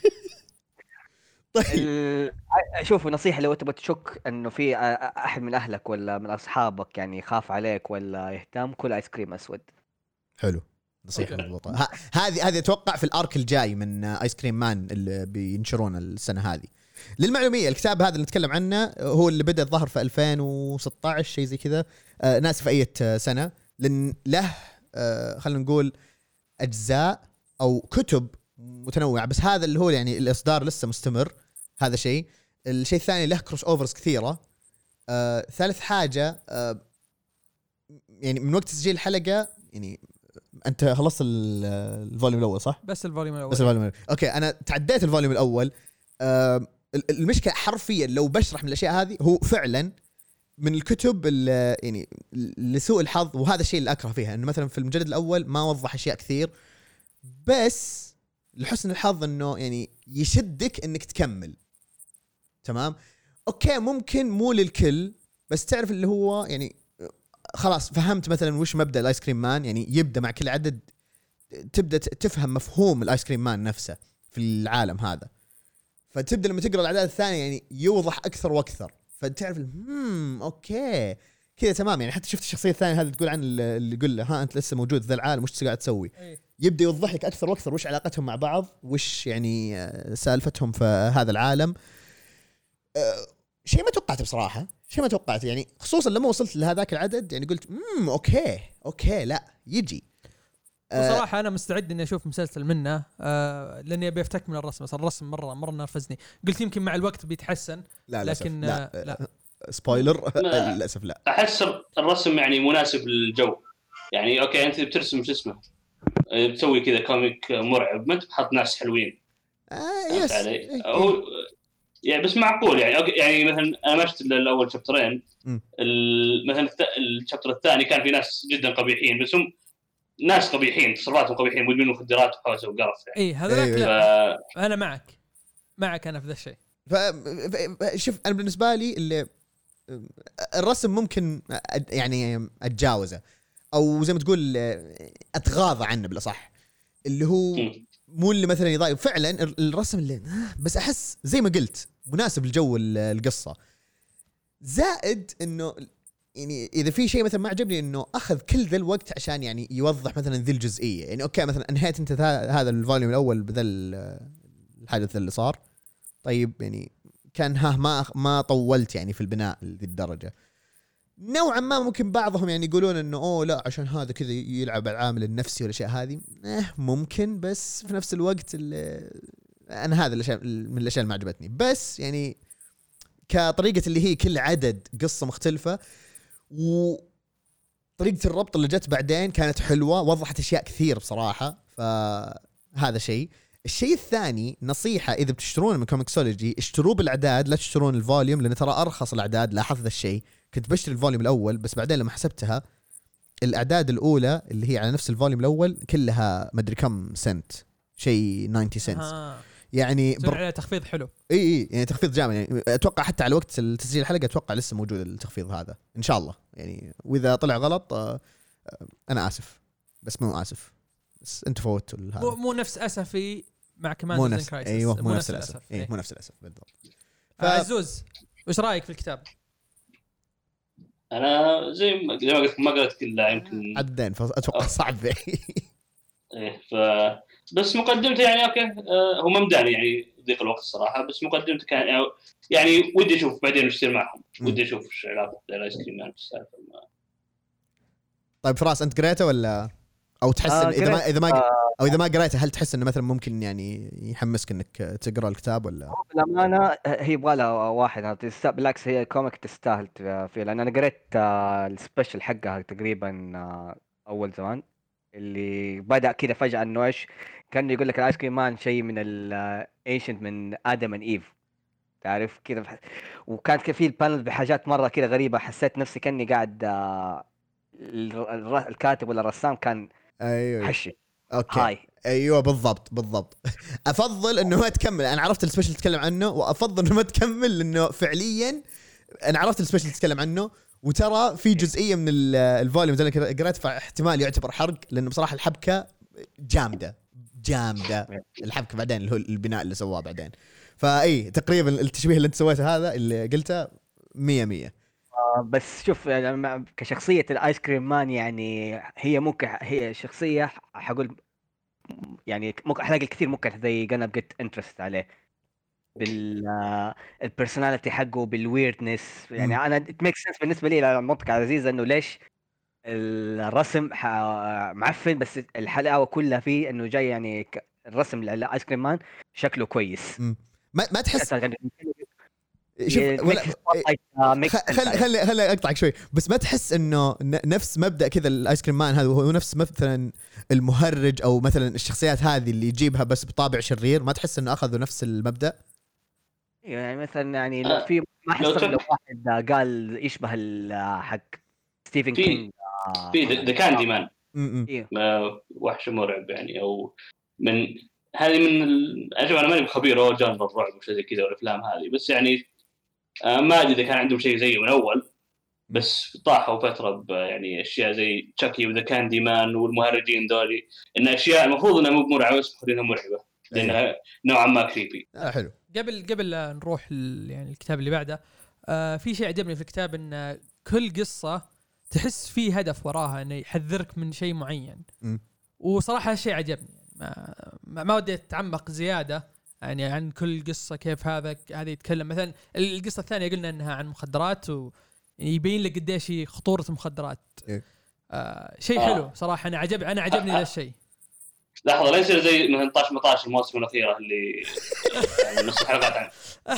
طيب شوفوا نصيحة، لو تبغى تشك انه في احد من اهلك ولا من اصحابك يعني يخاف عليك ولا يهتم، كل ايس كريم اسود. حلو، نصيحة مضبوطة. هذه هذه اتوقع في الارك الجاي من ايس كريم مان اللي بينشرونه السنة هذه. للمعلومية الكتاب هذا اللي نتكلم عنه هو اللي بدأ الظهر في ألفين وستة عشر شيء زي كذا، آه ناسف أي سنة، لأن له آه خلينا نقول أجزاء أو كتب متنوعة، بس هذا اللي هو يعني الإصدار لسه مستمر. هذا شيء. الشيء الثاني له كروس أوفرز كثيرة. آه ثالث حاجة آه يعني من وقت تسجيل الحلقة يعني أنت خلصت الفوليوم الأول صح؟ بس الفوليوم الأول. بس الفوليوم الأول. أوكي أنا تعديت الفوليوم الأول. آه المشكلة حرفيا لو بشرح من الأشياء هذه، هو فعلا من الكتب اللي يعني لسوء الحظ، وهذا الشيء اللي أكره فيها، إنه مثلا في المجلد الأول ما وضح أشياء كثير، بس لحسن الحظ إنه يعني يشدك إنك تكمل. تمام. أوكي ممكن مو للكل، بس تعرف اللي هو يعني خلاص فهمت مثلا وش مبدأ الآيس كريم مان، يعني يبدأ مع كل عدد تبدأ تفهم مفهوم الآيس كريم مان نفسه في العالم هذا، فتبدأ لما تقرأ الأعداد الثانية يعني يوضح أكثر وأكثر، فتعرف هم أوكي كذا تمام. يعني حتى شفت الشخصية الثانية هذا تقول عن اللي يقول له ها أنت لسه موجود ذا العالم وش قاعد تسوي، يبدأ يوضح لك أكثر وأكثر وش علاقتهم مع بعض، وش يعني سالفتهم في هذا العالم. أه شيء ما توقعته بصراحة، شيء ما توقعته يعني، خصوصا لما وصلت لهذاك العدد يعني قلت امم أوكي أوكي لا يجي. بصراحة أنا مستعد إني أشوف مسلسل منه، آه لأني أبي أفتك من الرسم، بس الرسم مرة مرة نرفزني. قلت يمكن مع الوقت بيتحسن، لا لكن لا, لا, لا. سبويلر للأسف لا. أحس الرسم يعني مناسب للجو، يعني أوكي أنت بترسم شو اسمه بتسوي كذا كوميك مرعب، ما تحط ناس حلوين. آه يس. علي. هو يعني بس معقول يعني أوكي يعني مثلا انا ما شفت الاول شابترين م. ال- مثلا الت- الشابتر الثاني كان في ناس جدا قبيحين بس هم ناس قبيحين تصرفاتهم قبيحين مدمنين مخدرات وحوسه وقرف يعني اي هذاك أيوة. لا ف... انا معك معك انا في ذا الشيء. ف ف- شوف انا بالنسبه لي اللي الرسم ممكن أ- يعني اتجاوزه او زي ما تقول اتغاضى عنه بالاصح، اللي هو م. مو اللي مثلا يضايق فعلا الرسم اللي بس احس زي ما قلت مناسب لجو القصه. زائد انه يعني اذا في شيء مثلا ما عجبني انه اخذ كل ذا الوقت عشان يعني يوضح مثلا ذي الجزئيه. يعني اوكي مثلا انهيت انت هذا الفوليوم الاول بذا الحدث اللي صار، طيب يعني كان ها ما ما طولت يعني في البناء لذي الدرجه. نوعا ما ممكن بعضهم يعني يقولون انه اوه لا عشان هذا كذا يلعب على العامل النفسي والاشياء هذه، eh ممكن، بس في نفس الوقت انا هذا الاشياء من الاشياء اللي ما عجبتني. بس يعني كطريقه اللي هي كل عدد قصه مختلفه وطريقه الربط اللي جت بعدين كانت حلوه، وضحت اشياء كثير بصراحه، فهذا شيء. الشيء الثاني نصيحه اذا بتشترون من كوميكسولوجي اشتروا بالاعداد لا تشترون الفوليوم، لان ترى ارخص الاعداد. لاحظت الشيء كنت بشتري الفوليوم الاول بس بعدين لما حسبتها الاعداد الاولى اللي هي على نفس الفوليوم الاول كلها مدري كم سنت، شيء تسعين سنت آه. يعني بر... على تخفيض حلو. اي اي يعني تخفيض جامد. يعني اتوقع حتى على وقت التسجيل الحلقه اتوقع لسه موجود التخفيض هذا ان شاء الله يعني، واذا طلع غلط آه انا اسف بس مو اسف بس انت فوتوا هذا. مو, مو نفس اسفي مع كمان مو زين نفس كرايسس. ايوه مو, مو نفس الاسف اي مو نفس الاسف بالضبط. ف... عزوز وش رايك في الكتاب؟ انا زي ما زي ما قلت ما قرأت كلها يمكن عدين فاتوقع صعب ايه ف بس مقدمته يعني اوكي آه هو ممداني يعني ضيق الوقت الصراحه، بس مقدمته كان يعني, يعني ودي اشوف بعدين وش يصير معهم، ودي اشوف ايش علاقه الايس كريم مان بالسالفه. طيب فراس انت قريته ولا او تحس آه اذا ما اذا ما آه او اذا ما قريته هل تحس انه مثلا ممكن يعني يحمسك انك تقرا الكتاب ولا؟ بالامانه هي يبغى لها واحد بالعكس، هي كوميك تستاهل فيه، لان انا قريت آه السبيشل حقها تقريبا آه اول زمان اللي بدا كذا فجاه انه ايش كان يقول لك الايس كريم مان شيء من الايشنت من ادم اند ايف تعرف كذا، وكانت في البانل بحاجات مره كذا غريبه، حسيت نفسي كاني قاعد آه الكاتب ولا الرسام كان ايوه حشي اوكي هاي. ايوه بالضبط بالضبط. افضل انه ما تكمل، انا عرفت السبيشل تتكلم عنه وافضل انه ما تكمل لانه فعليا انا عرفت السبيشل تتكلم عنه، وترى في جزئيه من الفوليوم زي اللي قريت فاحتمال يعتبر حرق، لانه بصراحه الحبكه جامده جامده الحبكه بعدين اللي هو البناء اللي سواه بعدين. فاي تقريبا التشبيه اللي انت سويته هذا اللي قلته مية مية. بس شوف يعني كشخصيه الايس كريم مان يعني هي ممكن هي شخصيه حقول يعني ممكن احلاقي الكثير ممكن زي gonna get interest عليه بالبرسوناليتي حقه بالويردنس يعني. م. انا it makes sense بالنسبه لي المنطقه عزيزه انه ليش الرسم معفن بس الحلاوه كلها فيه انه جاي يعني الرسم للايس كريم مان شكله كويس. م. ما ما تحس شوف ولا خلي خلي خلي اقطعك شوي بس ما تحس انه نفس مبدا كذا الايس كريم مان هذا هو نفس مثلا المهرج او مثلا الشخصيات هذه اللي يجيبها بس بطابع شرير، ما تحس انه اخذوا نفس المبدا؟ يعني مثلا يعني لو في ما احس لو واحد قال يشبه حق ستيفن كينج في ذا كاندي مان وحش مرعب يعني، او من هذه من ال... انا ماني خبير او جانر الرعب وشيء زي كذا والافلام هذه، بس يعني ما ادري اذا كان عندهم شيء زيه من اول، بس طاحوا فتره يعني اشياء زي تشاكي وذا كاندي مان والمهرجين دولي، ان اشياء المفروض انها مو مرعبه بس مخلينها مرعبه لانها نوعا ما كريبي. آه حلو. قبل قبل نروح يعني الكتاب اللي بعده، آه في شيء عجبني في الكتاب ان كل قصه تحس فيه هدف وراها انه يحذرك من شيء معين. م. وصراحه هالشيء عجبني، ما ما ودي اتعمق زياده يعني عن كل قصه كيف هذا هذه يتكلم. مثلا القصه الثانيه قلنا انها عن مخدرات ويبين لك قديش خطوره المخدرات. إيه؟ آه شيء آه. حلو صراحه، انا عجب انا عجبني ذا الشيء. لحظه لا يصير زي مثلا طاش مطاش الموسم الاخيره اللي يعني نص الحلقات عنه.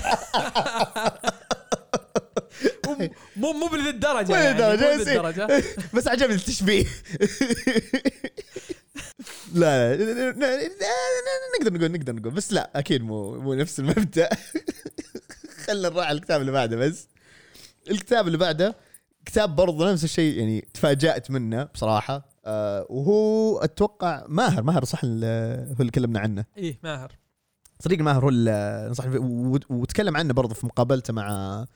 مو مو بالدرجه يعني مو بالدرجه بس عجبني التشبيه. لا لا نقدر نقول نقدر نقول بس لا اكيد مو مو نفس المبدأ. خلنا نروح على الكتاب اللي بعده. بس الكتاب اللي بعده كتاب برضه نفس الشيء يعني تفاجأت منه بصراحة. آه وهو أتوقع ماهر ماهر صح هو اللي كلمنا عنه. ايه ماهر صديق ماهر هو اللي نصح وتكلم عنه برضه في مقابلته مع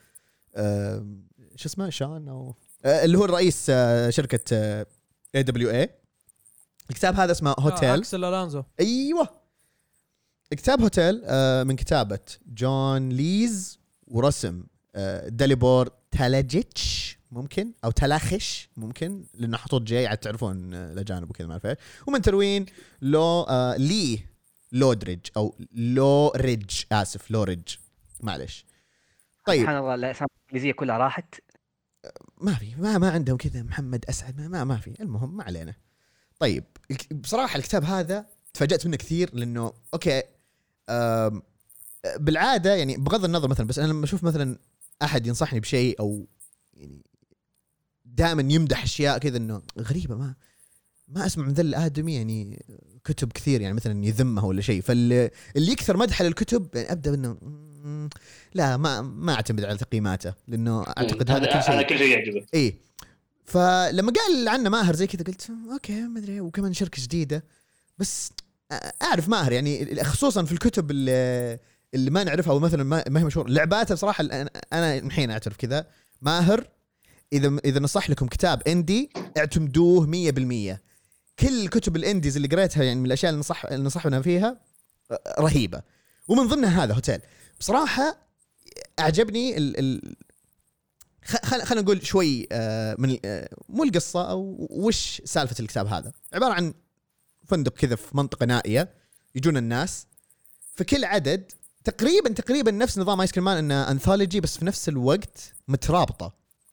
آه شو اسمه شان أو آه اللي هو الرئيس آه شركة آه إيه دبليو إيه. الكتاب هذا اسمه هوتيل. آه أكسل ألانزو. أيوة كتاب هوتيل آه من كتابة جون ليز ورسم آه داليبور تالاجيتش ممكن او تلاخش ممكن لانه حطوط جاي عاد تعرفون الاجانب وكذا ما اعرف. ومن تروين لو آه لي لودريج او لوريج اسف لوريج معلش. طيب سبحان الله الاسامي الانجليزيه كلها راحت. ما في ما ما عندهم كذا محمد اسعد ما ما, ما في. المهم ما علينا. طيب بصراحه الكتاب هذا تفاجأت منه كثير لانه اوكي آه بالعاده يعني بغض النظر مثلا بس انا لما اشوف مثلا احد ينصحني بشيء او يعني دائما يمدح اشياء كذا انه غريبه ما ما اسمع من ذا الادمي يعني كتب كثير يعني مثلا يذمها ولا شيء. فاللي اللي يكثر مدح للكتب يعني ابدا انه لا ما ما اعتمد على تقييماته لانه اعتقد هذا كل شيء هذا كل شيء يعجبه. ايه فلما قال عنه ماهر زي كذا قلت اوكي ما ادري وكمان شركه جديده بس اعرف ماهر يعني خصوصا في الكتب اللي اللي ما نعرفها او مثلا ما هي مشهور لعباته بصراحه. انا الحين اعترف كذا ماهر اذا اذا نصح لكم كتاب اندي اعتمدوه مية بالمية. كل الكتب الانديز اللي قريتها يعني من الاشياء اللي نصح اللي نصحنا فيها رهيبه ومن ضمنها هذا هوتيل. بصراحه اعجبني ال ال خل خلينا نقول شوي من مو القصه او وش سالفه الكتاب هذا. عباره عن فندق كذا في منطقه نائيه يجون الناس في كل عدد تقريبا تقريبا نفس نظام ايس كريم مان انه انثولوجي بس في نفس الوقت مترابطه.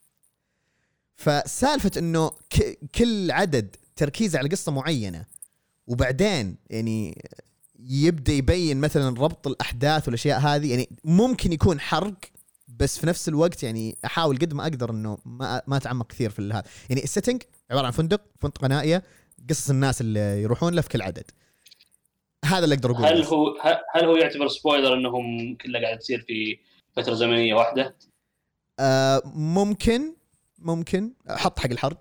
فسالفه انه ك- كل عدد تركيز على قصه معينه وبعدين يعني يبدا يبين مثلا ربط الاحداث والاشياء هذه يعني ممكن يكون حرق بس في نفس الوقت يعني احاول قد ما اقدر انه ما ما اتعمق كثير في هذا. يعني السيتنج عباره عن فندق فندق نائيه قصص الناس اللي يروحون له في كل عدد. هذا اللي اقدر اقوله. هل هو هل هو يعتبر سبويلر انهم كلها قاعده تصير في فتره زمنيه واحده؟ آه ممكن ممكن حط حق الحرق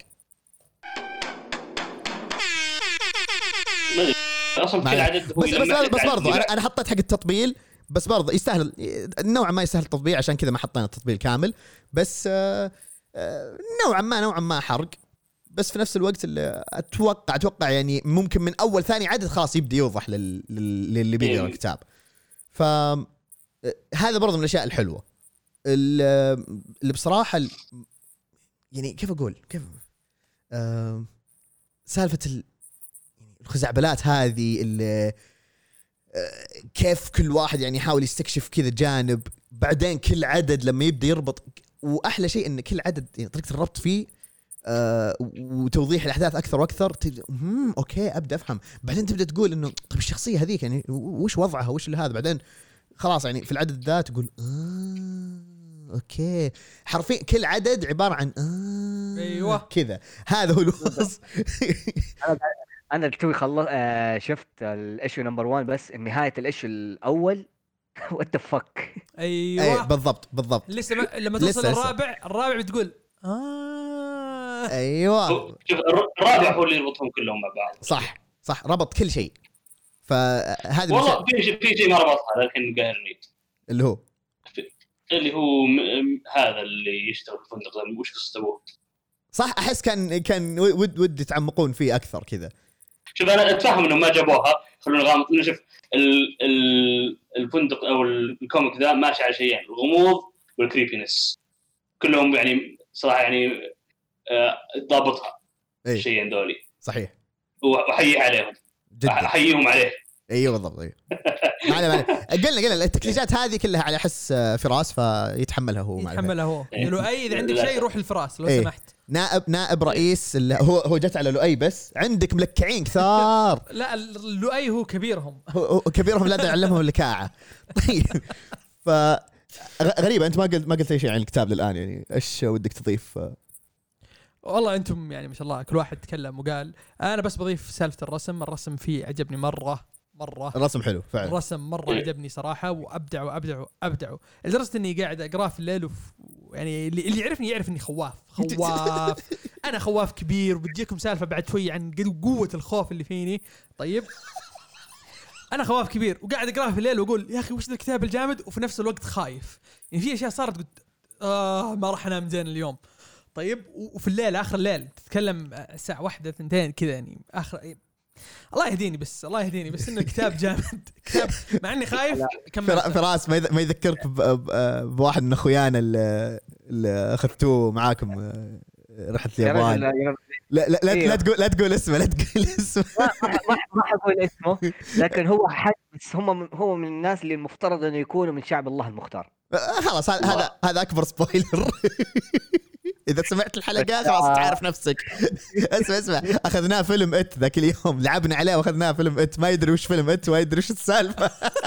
اصلا كل عدد هو بس بس, بس برضو انا حطيت حق التطبيل بس برضو يستاهل نوعا ما يستاهل التطبيل عشان كذا ما حطينا التطبيل كامل بس آه آه نوعا ما نوعا ما حرق بس في نفس الوقت اللي اتوقع اتوقع يعني ممكن من اول ثاني عدد خلاص يبدا يوضح لل... للي بيقرا الكتاب. ف هذا برضو من الاشياء الحلوه اللي بصراحه ال... يعني كيف اقول كيف آه... سالفه ال... الخزعبلات هذه اللي آه... كيف كل واحد يعني يحاول يستكشف كذا جانب بعدين كل عدد لما يبدا يربط. واحلى شيء ان كل عدد يعني طريقه الربط فيه آه وتوضيح الاحداث اكثر واكثر امم اوكي ابدا افهم. بعدين تبدا تقول انه طيب الشخصيه هذيك يعني وش وضعها وش اللي هذا. بعدين خلاص يعني في العدد ذا تقول آه اوكي حرفيا كل عدد عباره عن آه ايوه كذا. هذا هو الوصف. انا انا توي خلص آه شفت الايشو نمبر واحد بس نهايه الايشو الاول وات ذا فك. ايوه أي بالضبط بالضبط. لسه ما... لما توصل الرابع الرابع بتقول اه ايوه شوف الرابع هو اللي يربطهم كلهم مع بعض. صح صح ربط كل شيء. فهذا والله في شيء في شيء ما ربطها لكن قاهرني اللي هو اللي هو م... هذا اللي يشتغل في الفندق ده وش قصته ابوه. صح احس كان كان ود ود يتعمقون فيه اكثر كذا. شوف انا اتفهم انهم ما جابوها خلونا غامض. نشوف ال... ال... الفندق او الكوميك ذا ماشي على شيئين الغموض والكريبينس كلهم يعني صراحه يعني ضابطها أيه. الشيئين دولي صحيح وحيي عليهم جدا احييهم عليه. ايوه بالضبط ايوه معنا معنا قلنا قلنا التكنيكات هذه كلها على حس فراس فيتحملها هو معنا يتحملها هو لؤي اذا عندك شيء روح الفراس لو ايه. سمحت. نائب نائب رئيس هو هو جت على لؤي بس عندك ملكعين كثار. لا لؤي هو كبيرهم هو كبيرهم لا يعلمهم الكاعه. طيب ف غريبه انت ما قلت ما قلت اي شيء عن الكتاب للان يعني ايش ودك تضيف؟ والله انتم يعني ما شاء الله كل واحد تكلم وقال. انا بس بضيف سالفه الرسم. الرسم فيه عجبني مره مره الرسم حلو فعلا. الرسم مره عجبني صراحه، وابدع وابدع وابدع لدرجه اني قاعد اقراه في الليل وف... يعني اللي اللي يعرفني يعرف اني خواف خواف انا خواف كبير، وبتجيكم سالفه بعد شوي عن قوه الخوف اللي فيني. طيب انا خواف كبير وقاعد اقراه في الليل واقول يا اخي وش ذا الكتاب الجامد، وفي نفس الوقت خايف. يعني في اشياء صارت قلت آه ما راح انام زين اليوم. طيب وفي الليل اخر الليل تتكلم الساعه واحدة ثنتين كذا، يعني اخر الله يهديني بس الله يهديني بس انه الكتاب جامد كتاب مع اني خايف. فراس ما ما يذكرك بواحد من اخويانا اللي, اللي اخذتوه معاكم رحله اليابان؟ لا لا لا, لا, لا تقول لا تقول اسمه لا تقول اسمه ما ما حقول اسمه، لكن هو حد بس هم هو من الناس اللي المفترض انه يكونوا من شعب الله المختار. خلاص هذا هذا اكبر سبويلر. إذا سمعت الحلقة خلاص تعرف نفسك. اسمع اسمع أخذناه فيلم إت ذاك اليوم، لعبنا عليه وأخذناه فيلم إت، ما يدري وش فيلم إت وما يدري وش السالفة.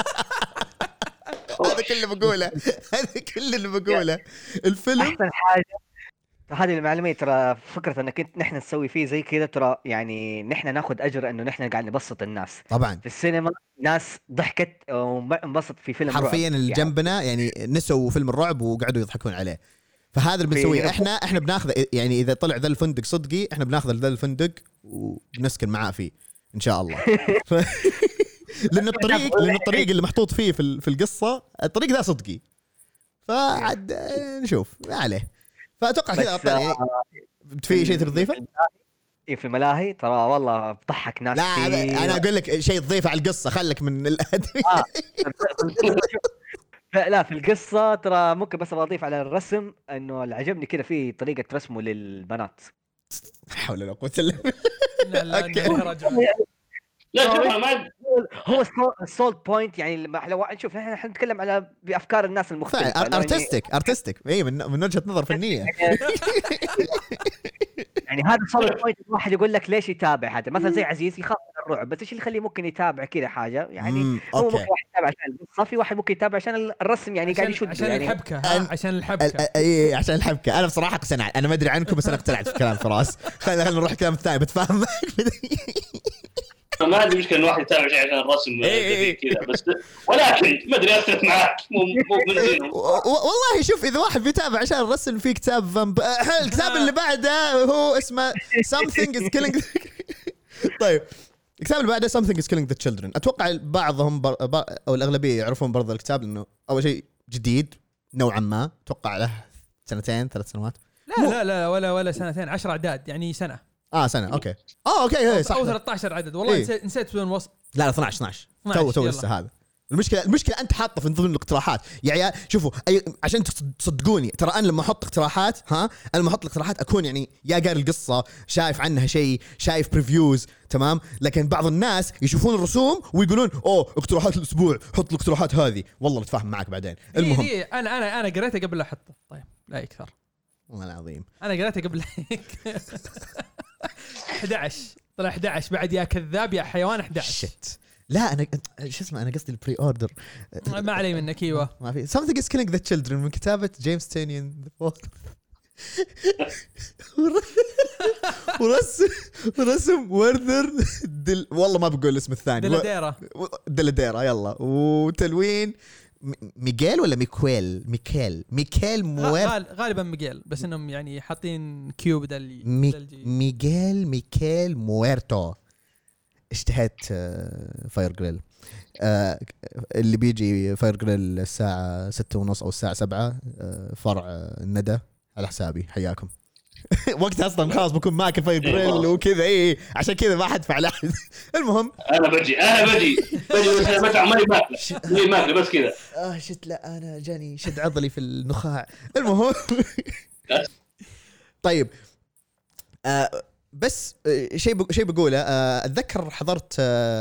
هذا كله بقوله هذا كله اللي بقوله. الفيلم أحسن حاجة هذه المعلومة، ترى فكرة أنك أنت نحن نسوي فيه زي كذا، ترى يعني نحن ناخد أجر إنه نحن قاعد نبسط الناس. طبعا في السينما ناس ضحكت وانبسط في فيلم حرفيا اللي جنبنا يعني نسوا فيلم الرعب وقعدوا يضحكون عليه. فهذا اللي بنسويه احنا احنا بناخذ يعني اذا طلع ذا الفندق صدقي احنا بناخذ ذا الفندق وبنسكن معاه فيه ان شاء الله. ف... لان الطريق لان الطريق اللي محطوط فيه في في القصه الطريق ذا صدقي، فعد نشوف ما عليه. فاتوقع كذا يعني في شيء تضيفه في الملاهي ترى والله بضحك ناس. لا فيه. انا اقول لك شيء تضيفه على القصه، خلك من الادمي. آه. لا في القصة ترى ممكن بس أضيف على الرسم إنه اللي عجبني كده فيه طريقة رسمه للبنات. حول ولا قوة إلا بالله. لا لا ما هو السولت بوينت، يعني لو نشوف احنا نتكلم على بأفكار الناس المختلفة. ارتستيك ارتستيك اي من من وجهة نظر فنية. يعني هذا السولت بوينت الواحد يقول لك ليش يتابع هذا، مثلا زي عزيز يخاف من الرعب، بس ايش اللي يخليه ممكن يتابع كذا حاجه يعني؟ هو ممكن واحد يتابع عشان القصه، في واحد ممكن يتابع عشان الرسم يعني قاعد يشد عشان يعني الحبكه ها عشان الحبكه اي عشان الحبكه. انا بصراحه اقتنعت، انا ما ادري عنكم بس انا اقتنعت في كلام فراس. خلينا خلينا نروح الكلام الثاني بتفاهم معك. ما عندي مشكله انه واحد يتابع شيء عشان الرسم كذا بس، ولكن ما ادري اثرت معك مو مو من زينه. والله شوف اذا واحد بيتابع عشان الرسم في كتاب فامب... الكتاب اللي بعده هو اسمه something is killing. طيب الكتاب اللي بعده something is killing the children. اتوقع بعضهم بر... او الاغلبيه يعرفون برضه الكتاب لانه اول شيء جديد نوعا ما، اتوقع له سنتين ثلاث سنوات. لا لا لا ولا ولا سنتين، عشر اعداد يعني سنه. اه سنه اوكي اه اوكي هي صح، او ثلاثة عشر عدد والله. إيه؟ نسيت وين وصل. لا لا اثنا عشر اثنا عشر تو تو لسه. هذا المشكله المشكله انت حاطه في ضمن الاقتراحات يا عيال. شوفوا أي... عشان تصدقوني ترى انا لما احط اقتراحات ها انا لما احط الاقتراحات اكون يعني يا قاري القصه، شايف عنها شيء، شايف بريفيوز تمام. لكن بعض الناس يشوفون الرسوم ويقولون اوه اقتراحات الاسبوع حط الاقتراحات هذه، والله بتفاهم معك بعدين. المهم دي دي انا انا انا قريتها قبل لا احطه. طيب لا يكثر والله العظيم انا قريتها قبل أحد عشر طلع أحد عشر بعد يا كذاب يا حيوان. أحد عشر شت لا انا شو اسمه انا قصدي البري اوردر ما علي منك. ايوه ما في something is killing the children من كتابة جيمس تينيان ورسم ورسم وردر دل... والله ما بقول الاسم الثاني دلاديرا دلاديرا يلا. وتلوين ميغيل ولا ميكويل ميكيل ميكيل موير غالبا ميغيل بس انهم يعني حاطين كيو بدل مي... ميغيل ميكيل مويرتو. اشتهيت فاير جريل آه اللي بيجي فاير جريل الساعة ستة ونص أو الساعة سبعة آه فرع الندى على حسابي. حياكم. وقت أصلا خلاص بكون ماكل فاير جريل وكذا إيه عشان كذا ما حد فعل أحد. المهم أنا بجي أنا بجي بجي بس أنا بتعب ماني ماكل ماني ماكل بس كذا. آه شت لا أنا جاني شد عضلي في النخاع. المهم طيب آه بس شيء شيء بقوله اتذكر حضرت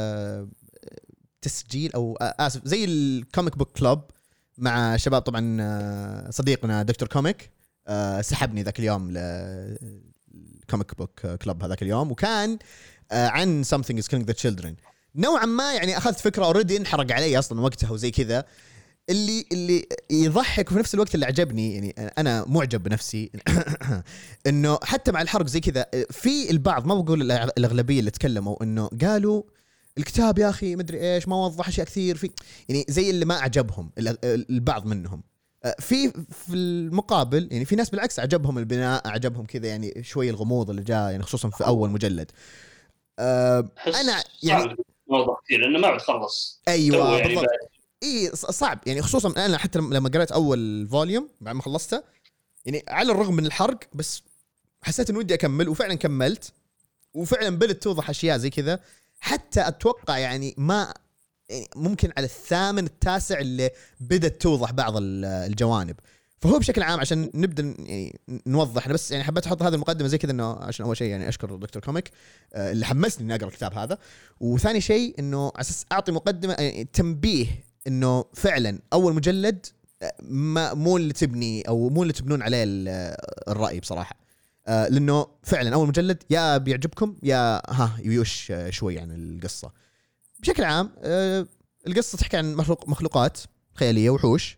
تسجيل او اسف زي الكوميك بوك كلوب مع شباب طبعا صديقنا دكتور كوميك سحبني ذاك اليوم للكوميك بوك كلوب هذاك اليوم، وكان عن something is killing the children. نوعا ما يعني اخذت فكره اوريدي انحرق علي اصلا وقتها وزي كذا، اللي اللي يضحك وفي نفس الوقت اللي عجبني يعني انا معجب بنفسي انه حتى مع الحرق زي كذا في البعض ما بقول الاغلبيه اللي تكلموا انه قالوا الكتاب يا اخي مدري ايش ما وضح اشياء كثير في، يعني زي اللي ما عجبهم البعض منهم. في في المقابل يعني في ناس بالعكس عجبهم البناء، عجبهم كذا يعني شوي الغموض اللي جاء يعني خصوصا في اول مجلد. أه انا يعني موضوع كثير لانه ما بتخلص. ايوه يعني بالضبط. اي صعب يعني خصوصا انا حتى لما قرأت اول فوليوم بعد ما خلصته يعني على الرغم من الحرق بس حسيت انه ودي اكمل، وفعلا كملت، وفعلا بدت توضح اشياء زي كذا. حتى اتوقع يعني ما يعني ممكن على الثامن التاسع اللي بدت توضح بعض الجوانب. فهو بشكل عام عشان نبدا يعني نوضح، انا بس يعني حبيت احط هذه المقدمه زي كذا انه عشان اول شيء يعني اشكر دكتور كوميك اللي حمسني اني اقرا الكتاب هذا، وثاني شيء انه على اساس اعطي مقدمه يعني تنبيه انه فعلا اول مجلد ما مو اللي تبني او مو اللي تبنون عليه الراي بصراحه، لانه فعلا اول مجلد يا بيعجبكم يا ها يوش شوي عن القصه. بشكل عام القصه تحكي عن مخلوق مخلوقات خياليه وحوش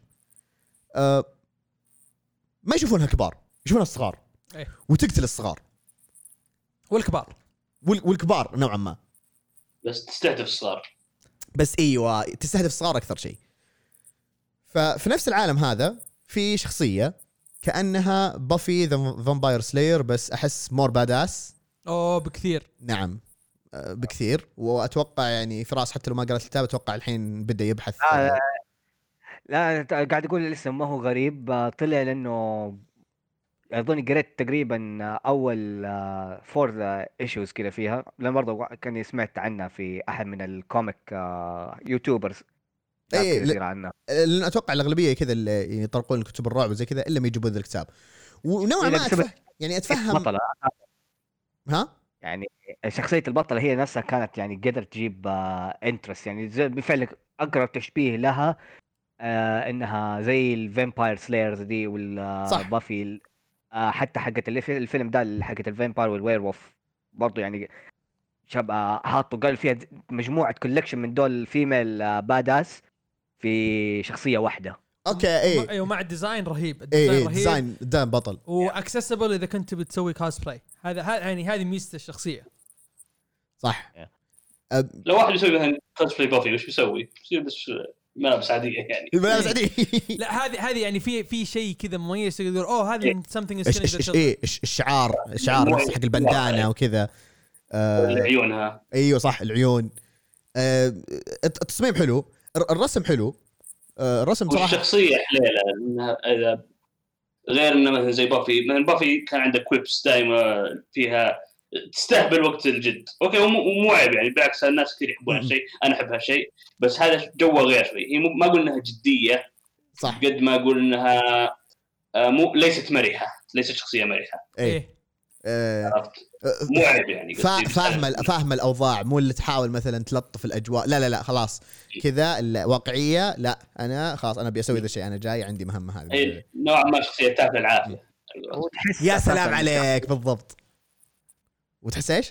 ما يشوفونها كبار، يشوفونها الصغار أيه. وتقتل الصغار والكبار والكبار نوعا ما، بس تستهدف الصغار. بس ايوه تستهدف الصغار اكثر شيء. ففي نفس العالم هذا في شخصيه كانها بافي ذا فامباير سلاير، بس احس مور باداس. اوه بكثير. نعم بكثير. واتوقع يعني فراس حتى لو ما قرأت الكتاب اتوقع الحين بدا يبحث. آه لا, لا قاعد اقول الاسم ما هو غريب، طلع لانه اظن قريت تقريبا اول فور ايشوز كذا فيها، لان برضه كان سمعت عنها في احد من الكوميك يوتيوبرز اي كثير عنها. لان اتوقع الاغلبيه كذا اللي يطرقون كتب الرعب وزي كذا الا ما يجيبون ذا الكتاب. ونوعا ما أتفهم يعني اتفهم بطلة. ها يعني شخصيه البطله هي نفسها كانت يعني قدرت تجيب انترست، يعني بالفعل اقرب تشبيه لها آه انها زي الفامباير سلايرز دي والبافي آه حتى حقت الفيلم ده حقت الفامباير والوير وولف برضو يعني شبه حاطوا قال فيها مجموعه كولكشن من دول فيميل باداس في شخصيه واحده. اوكي اي ايوه مع الديزاين رهيب. الديزاين ايه رهيب، ديزاين دام بطل واكسسبل اذا كنت بتسوي كوسبلاي. هذا يعني هذه ميزه الشخصيه صح. أب... لو واحد يسوي مثلا كوسبلاي بافي وش بيسوي؟ يصير بس ملابس عاديه يعني ملابس عاديه. لا هذه هذه يعني في في شيء كذا مميز يقول اوه هذه من سمثينج سينيفيكانت. ايه الشعار الشعار حق البندانه وكذا. آه عيونها ايوه صح العيون. آه التصميم حلو، الرسم حلو. آه الرسم صراحه الشخصيه حليله انها اذا غير انه مثلا زي بافي، مثلا بافي كان عنده كويبس دائما فيها تستهبل وقت الجد. اوكي ومو عيب يعني، بالعكس الناس كثير يحبون هالشيء، انا احب هالشيء، بس هذا جوه غير شوي. هي ما اقول انها جديه صح قد ما اقول انها مو ليست مرحه، ليست شخصيه مرحه. ايه عرفت مو عيب يعني. فاهم فاهم الاوضاع، مو اللي تحاول مثلا تلطف الاجواء. لا لا لا خلاص كذا الواقعيه. لا انا خلاص انا بيسوي ذا الشيء، انا جاي عندي مهمه هذه. إيه نوعا ما شخصيه تاكل العافيه. يا سلام عليك بالضبط. وتحس ايش؟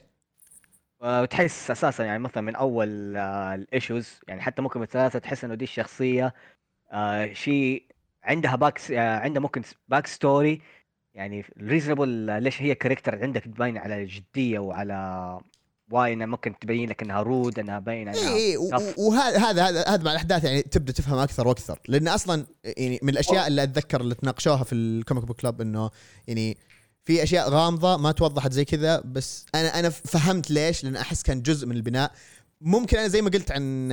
وتحس اساسا يعني مثلا من اول الايشوز يعني حتى ممكن بالثلاثه تحس انه دي الشخصيه آه شيء عندها باك آه عندها ممكن باك ستوري يعني ريزونبل ليش هي كاركتر عندك تبين على الجديه وعلى واي انها ممكن تبين لك انها رود، انها باينه انها اي وهذا هذا هذا هذا مع الاحداث يعني تبدا تفهم اكثر واكثر. لان اصلا يعني من الاشياء اللي اتذكر اللي تناقشوها في الكوميك بوك كلاب انه يعني في اشياء غامضه ما توضحت زي كذا، بس انا انا فهمت ليش، لان احس كان جزء من البناء. ممكن انا زي ما قلت عن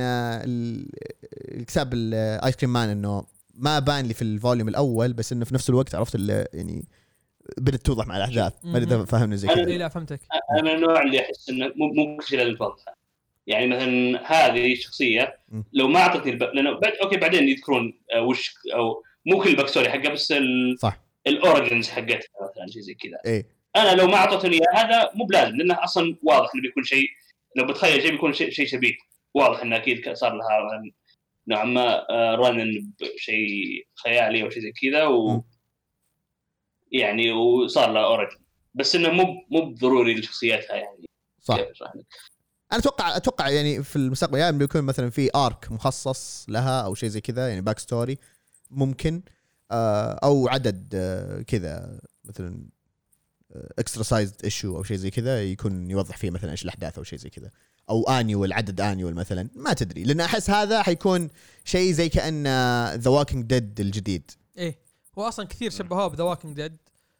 الكتاب الايس كريم مان انه ما بان لي في الفوليوم الاول، بس انه في نفس الوقت عرفت اللي يعني بدت توضح مع الاحداث. ما ادري فهمني زي كذا. لا فهمتك. انا من النوع اللي احس انه مو كل شيء لازم توضحه. يعني مثلا هذه الشخصيه لو ما اعطتني الب... لانه بعد اوكي بعدين يذكرون وش او مو كل باك ستوري حقه، بس ال... صح الاوريجنز حقتها مثلا شيء زي كذا. إيه؟ انا لو ما اعطتني هذا مو بلازم، لانه اصلا واضح انه بيكون شيء، لو بتخيل شيء بيكون شيء شيء شبيه، واضح انه اكيد صار لها نوعا ما رن بشيء خيالي او شيء زي كذا و... يعني وصار لها اوريجن، بس انه مو مو ضروري لشخصيتها يعني. صح. انا اتوقع اتوقع يعني في المستقبل يعني بيكون مثلا في ارك مخصص لها او شيء زي كذا، يعني باك ستوري ممكن او عدد كذا مثلا اكسترا سايزد ايشو او شيء زي كذا يكون يوضح فيه مثلا ايش الاحداث او شيء زي كذا. او انيول عدد انيول مثلا ما تدري لان احس هذا حيكون شيء زي كأن ذا ووكينج ديد الجديد. ايه هو اصلا كثير شبهوه بذا ووكينج ديد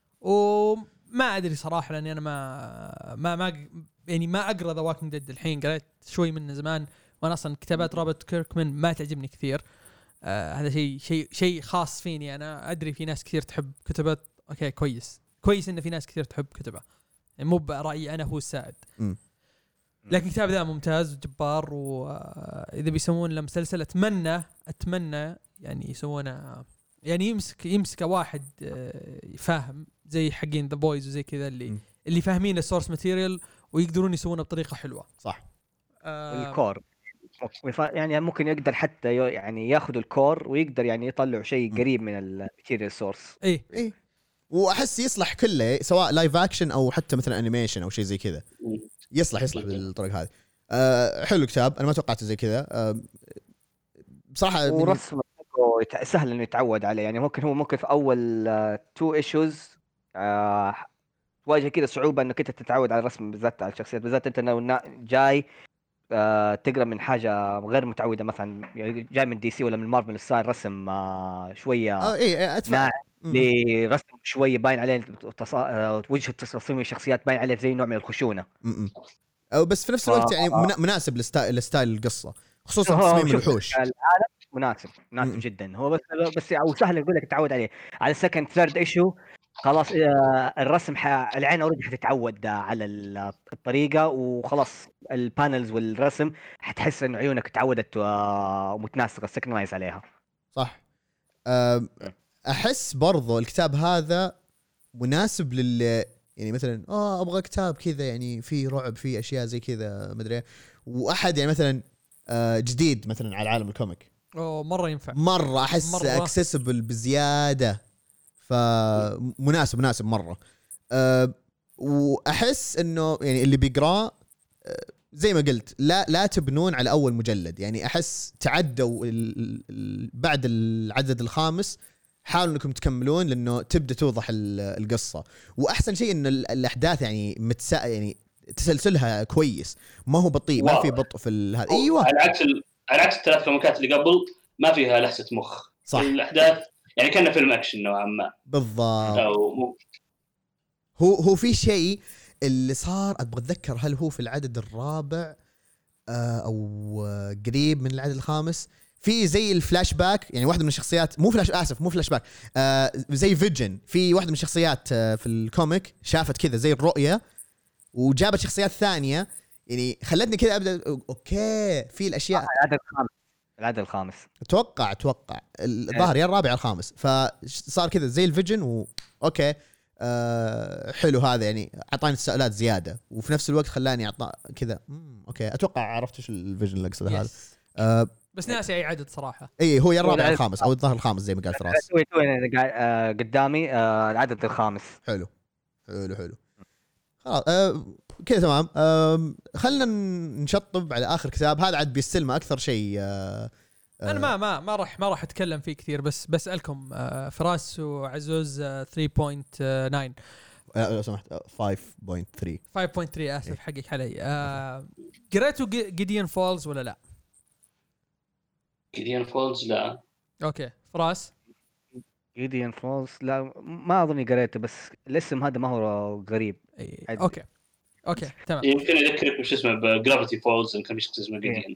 وما ادري صراحه لاني انا ما ما ما يعني ما اقرا ذا ووكينج ديد الحين قريت شوي منه زمان وانا اصلا كتابات روبرت كيركمان ما تعجبني كثير. آه هذا شيء شيء شيء خاص فيني انا ادري في ناس كثير تحب كتابات اوكي كويس كويس ان في ناس كثير تحب كتبه يعني مو برايي انا هو السائد م. لكن الكتاب ذا ممتاز وجبار واذا بيسوون له مسلسل اتمنى اتمنى يعني يسوونه يعني يمسك يمسك واحد فاهم زي حقين ذا بويز وزي كذا اللي م. اللي فاهمين السورس ماتيريال ويقدرون يسوونه بطريقه حلوه صح. آه الكور يعني ممكن يقدر حتى يعني ياخذ الكور ويقدر يعني يطلع شيء قريب من الماتيريال سورس. ايه ايه واحس يصلح كله سواء لايف اكشن او حتى مثلا انيميشن او شيء زي كذا يصلح يصلح بالطريقه هذه. أه حلو كتاب انا ما توقعت زي كذا أه بصراحه ورسمه سهل انه يتعود عليه يعني ممكن هو ممكن في اول تو ايشوز أه تواجه كذا صعوبه انك انت تتعود على الرسم بالذات على الشخصيات بالذات انت لو جاي أه تقرا من حاجه غير متعوده مثلا جاي من دي سي ولا من مارفل ستايل رسم أه شويه اه ايه ادفع لرسم شويه باين عليه تصا... وجه تصميم الشخصيات باين عليه زي نوع من الخشونه م- او بس في نفس الوقت يعني منا... مناسب لستايل لستايل القصه خصوصا تصميم الوحوش. العالم مناسب مناسب م- جدا هو بس بس او سهل اقول لك تعود عليه على السكند ثيرد ايشو خلاص الرسم ح... العين اوريدي حتتعود على الطريقه وخلاص البانلز والرسم حتحس ان عيونك تعودت ومتناسقه سكنايز عليها. صح. أه... احس برضو الكتاب هذا مناسب لل يعني مثلا اه ابغى كتاب كذا يعني فيه رعب فيه اشياء زي كذا مدري واحد يعني مثلا آه جديد مثلا على عالم الكوميك اوه مره ينفع مره احس اكسسبل بزياده فمناسب مناسب مره. أه واحس انه يعني اللي بيقراه أه زي ما قلت لا لا تبنون على اول مجلد يعني احس تعدوا ال ال بعد العدد الخامس حاولوا انكم تكملون لانه تبدا توضح القصه واحسن شيء ان الاحداث يعني متسا يعني تسلسلها كويس ما هو بطيء ما في بطء في هذا. ايوه على عكس ال... على عكس الثلاث كوميكات اللي قبل ما فيها لحسه مخ. صح. الاحداث يعني كأنه فيلم اكشن نوعا ما بالضبط. أو... هو هو في شيء اللي صار ابغى اتذكر هل هو في العدد الرابع او قريب من العدد الخامس في زي الفلاش باك يعني واحدة من الشخصيات مو فلاش آسف مو فلاش باك آه زي فيجن في واحدة من الشخصيات آه في الكوميك شافت كذا زي الرؤية وجابت شخصيات ثانية يعني خلتني كذا أبدأ أوكي في الأشياء. العدد الخامس العدد الخامس أتوقع أتوقع الظاهر يا الرابع الخامس فصار كذا زي الفيجن و أوكي آه حلو هذا يعني أعطاني تساؤلات زيادة وفي نفس الوقت خلاني أعطى كذا أوكي أتوقع عرفت إيش الفيجن اللي أقصده هذا آه بس ناسي اي عدد صراحه. اي هو يا الرابع الخامس او الظاهر الخامس زي ما قال فراس. توي توي انا قدامي آه العدد الخامس. حلو حلو حلو خلاص آه كذا تمام. آه خلينا نشطب على اخر كتاب هذا عاد بيستلمه اكثر شيء. آه انا ما ما ما راح ما راح اتكلم فيه كثير بس بسالكم آه فراس وعزوز آه ثلاثة فاصلة تسعة لو سمحت خمسة فاصلة ثلاثة خمسة فاصلة ثلاثة اسف حقك علي. آه قريتوا جيديان فولز ولا لا؟ جيديان فولز لا. اوكي فراس جيديان فولز لا ما اظني قريته بس الاسم هذا ما هو غريب. أي. اوكي اوكي تمام يمكن يذكرك وش اسمه بجرافيتي فولز ان كان في شخص اسمه جيديان.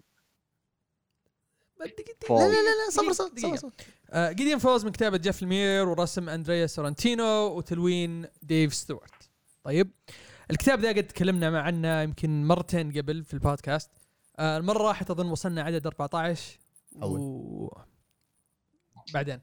لا لا لا صبر صبر صبر. جيديان فولز من كتابة جيف لمير ورسم أندريا سورنتينو وتلوين ديف ستوارت. طيب الكتاب ذا قد تكلمنا عنه يمكن مرتين قبل في البودكاست. المرة راحت أظن وصلنا عدد أربعة عشر و... بعدين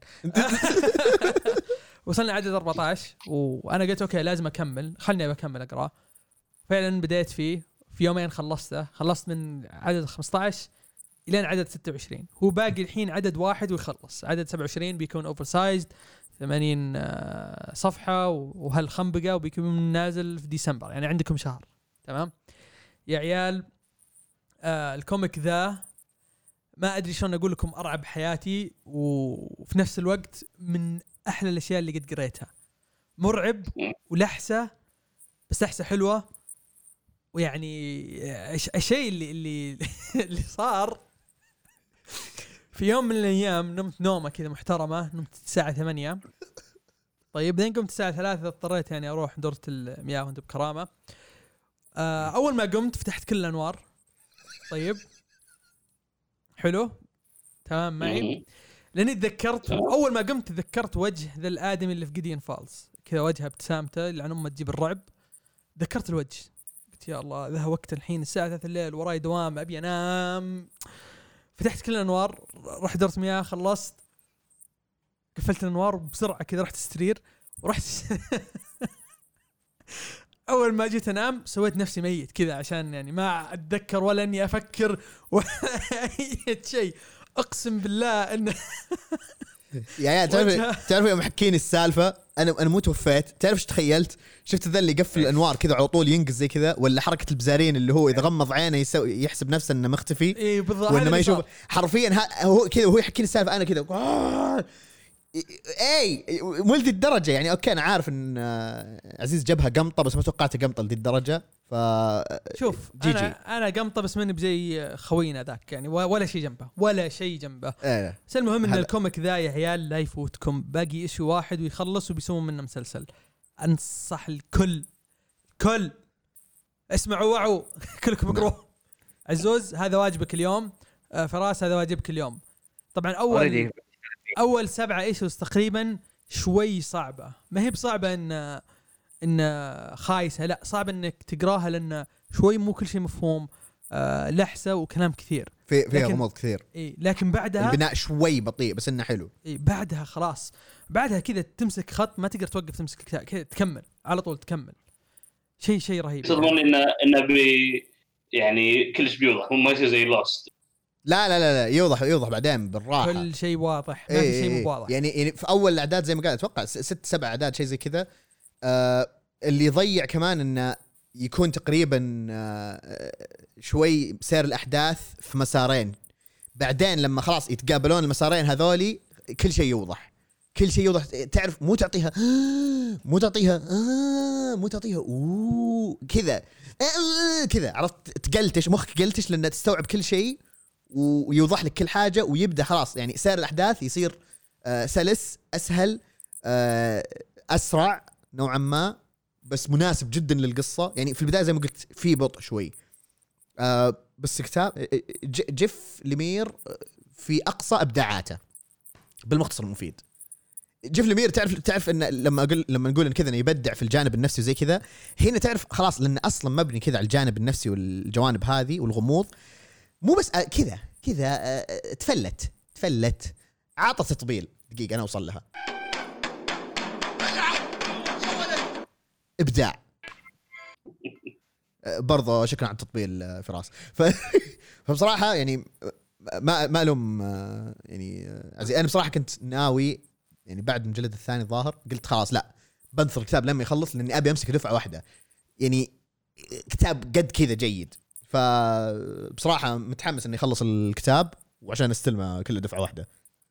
وصلنا عدد أربعة عشر وأنا قلت أوكي لازم أكمل خلني بكمل أقرأ. فعلا بديت فيه في يومين خلصته خلصت من عدد خمسة عشر إلى عدد ستة وعشرين. هو باقي الحين عدد واحد ويخلص. عدد سبعة وعشرين بيكون أوفر سايزد ثمانين صفحة وهالخنبقة وبيكون نازل في ديسمبر يعني عندكم شهر. تمام يا عيال. آه الكوميك ذا ما أدري شلون أقول لكم أرعب حياتي وفي نفس الوقت من أحلى الأشياء اللي قد قريتها. مرعب ولحسة بس لحسة حلوة ويعني الشيء اللي اللي اللي صار في يوم من الايام نمت نومه كذا محترمه، نمت الساعه ثمانية. طيب بعدين قمت الساعه ثلاثة، اضطريت يعني اروح دورة المياه وانت بكرامه. آه اول ما قمت فتحت كل الانوار. طيب حلو تمام معي، لاني تذكرت اول ما قمت تذكرت وجه ذا الادمي اللي في جديان فالز كذا، وجهه ابتسامته اللي عن امه تجيب الرعب. ذكرت الوجه، قلت يا الله ذا وقت الحين الساعه ثلاثة الليل وراي دوام ابي انام. فتحت كل الانوار، رحت دورة مياه، خلصت قفلت الانوار بسرعه كذا، رحت السرير ورحت اول ما جيت انام سويت نفسي ميت كذا عشان يعني ما اتذكر ولا اني افكر ولا اي شيء. اقسم بالله ان يا يا تعرف تعرف يوم حكيني السالفه انا انا مو توفيت. تعرف ايش تخيلت؟ شفت ذا اللي يقفل الانوار كذا على طول ينقز زي كذا، ولا حركه البزارين اللي هو اذا غمض عينه يسوي يحسب نفسه انه مختفي اي بالضبط، وانه ما يشوف حرفيا. هو كذا وهو يحكي لي السالفه انا كذا اي مو لذي الدرجه يعني. اوكي انا عارف ان عزيز جبهه قمطه بس ما توقعت قمطه لذي الدرجه. ف شوف جي جي. انا انا قمطه بس مني بزي خوينا ذاك يعني، ولا شيء جنبه ولا شيء جنبه. إيه. بس المهم ان هل... الكوميك ذا يا عيال لا يفوتكم، باقي ايشو واحد ويخلص وبيسوون منه مسلسل. انصح الكل كل اسمعوا وعوا كلكم اقروا. عزوز هذا واجبك اليوم، فراس هذا واجبك اليوم. طبعا اول اول سبعة ايشوز تقريبا شوي صعبه، ما هي بصعبه ان ان خايسه، لا صعب انك تقراها لان شوي مو كل شيء مفهوم، آه لحسه وكلام كثير، في فيها غموض كثير. اي لكن بعدها البناء شوي بطيء بس انه حلو. اي بعدها خلاص، بعدها كذا تمسك خط ما تقدر توقف، تمسك الكتاب كذا تكمل على طول تكمل. شيء شيء رهيب. تظن ان انه بي يعني كلش بيوضح، مو ما يصير زي لوست. لا لا لا لا يوضح يوضح بعدين بالراحه، كل شيء واضح، ما في شيء مو واضح. يعني يعني في اول الاعداد زي ما قال اتوقع ست سبع اعداد شيء زي كذا. آه اللي يضيع كمان انه يكون تقريبا آه شوي سير الاحداث في مسارين، بعدين لما خلاص يتقابلون المسارين هذولي كل شيء يوضح، كل شيء يوضح. تعرف مو تعطيها مو تعطيها مو تعطيها اوه كذا كذا، عرفت؟ تقلتش مخك قلتش لان تستوعب كل شيء ويوضح لك كل حاجه، ويبدا خلاص يعني سير الاحداث يصير آه سلس اسهل آه اسرع نوعا ما، بس مناسب جدا للقصه. يعني في البدايه زي ما قلت في بطء شوي آه بس كتاب جيف ليمير في اقصى ابداعاته بالمختصر المفيد. جيف ليمير تعرف تعرف ان لما اقول لما نقول ان كذا يبدع في الجانب النفسي وزي كذا، هنا تعرف خلاص لان اصلا مبني كذا على الجانب النفسي والجوانب هذه والغموض، مو بس كذا كذا تفلت تفلت عطى تطبيل. دقيقه انا اوصل لها. ابداع برضه. شكرا على التطبيل فراس. ف... فبصراحه يعني ما ما لهم يعني عزيز. انا بصراحه كنت ناوي يعني بعد المجلد الثاني الظاهر قلت خلاص لا بنثر الكتاب لما يخلص لاني ابي امسك دفعه واحده، يعني كتاب قد كذا جيد. فبصراحه متحمس اني اخلص الكتاب وعشان استلمه كله دفعه واحده،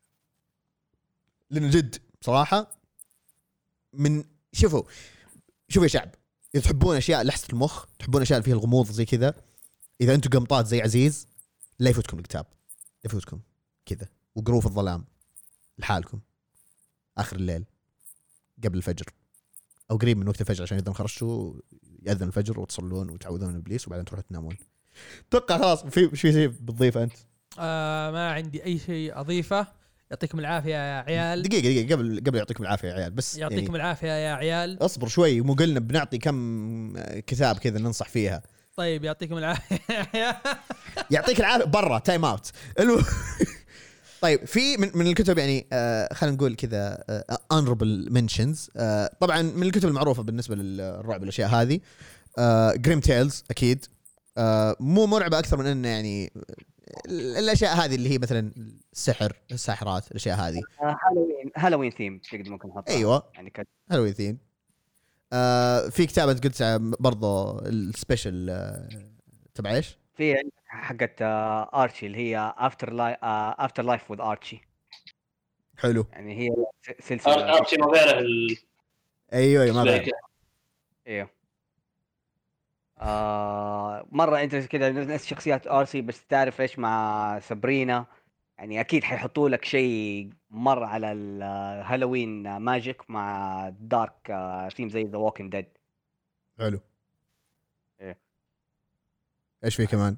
لانه جد بصراحه من شوفوا شوفوا يا شعب، اذا تحبون اشياء لحسة المخ، تحبون اشياء فيها الغموض زي كذا، اذا انتم قمطات زي عزيز لا يفوتكم الكتاب، يفوتكم كذا وقروه في الظلام لحالكم اخر الليل قبل الفجر او قريب من وقت الفجر، عشان اذا خرجتوا يأذن الفجر وتصلون وتعوذون من ابليس وبعدين تروحوا تنامون. توقع خلاص في شيء شيء بتضيفه انت؟ آه ما عندي اي شيء اضيفه. يعطيكم العافيه يا عيال. دقيقه دقيقه قبل قبل يعطيكم العافيه يا عيال، بس يعطيكم يعني العافيه يا عيال. اصبر شوي، مو قلنا بنعطي كم كتاب كذا ننصح فيها؟ طيب يعطيكم العافيه يعطيك العافيه برا تايم اوت. طيب في من, من الكتب يعني آه خلينا نقول كذا آه honorable mentions. آه طبعا من الكتب المعروفه بالنسبه للرعب والاشياء هذه آه جريم تيلز اكيد. آه مو مرعبه اكثر من انه يعني الاشياء هذه اللي هي مثلا السحر الساحرات الاشياء هذه. هالوين هالوين ثيم تقدر ممكن نحطها. ايوه يعني كده هالوين ثيم. آه في كتابه قلت برضه السبيشل آه تبع ايش؟ في حقت ارشي اللي هي افتر لايف افتر لايف وذ ارشي. حلو. يعني هي سلسله ارشي ما غيره ال... ايوه ما غير. ايوه آه مره انت كذا نفس شخصيات ارسي، بس تعرف ايش مع سابرينا، يعني اكيد حيحطوا لك شيء مر على الهالوين ماجيك مع دارك ثيم زي ذا ووكينج ديد. حلو. إيه. ايش في كمان؟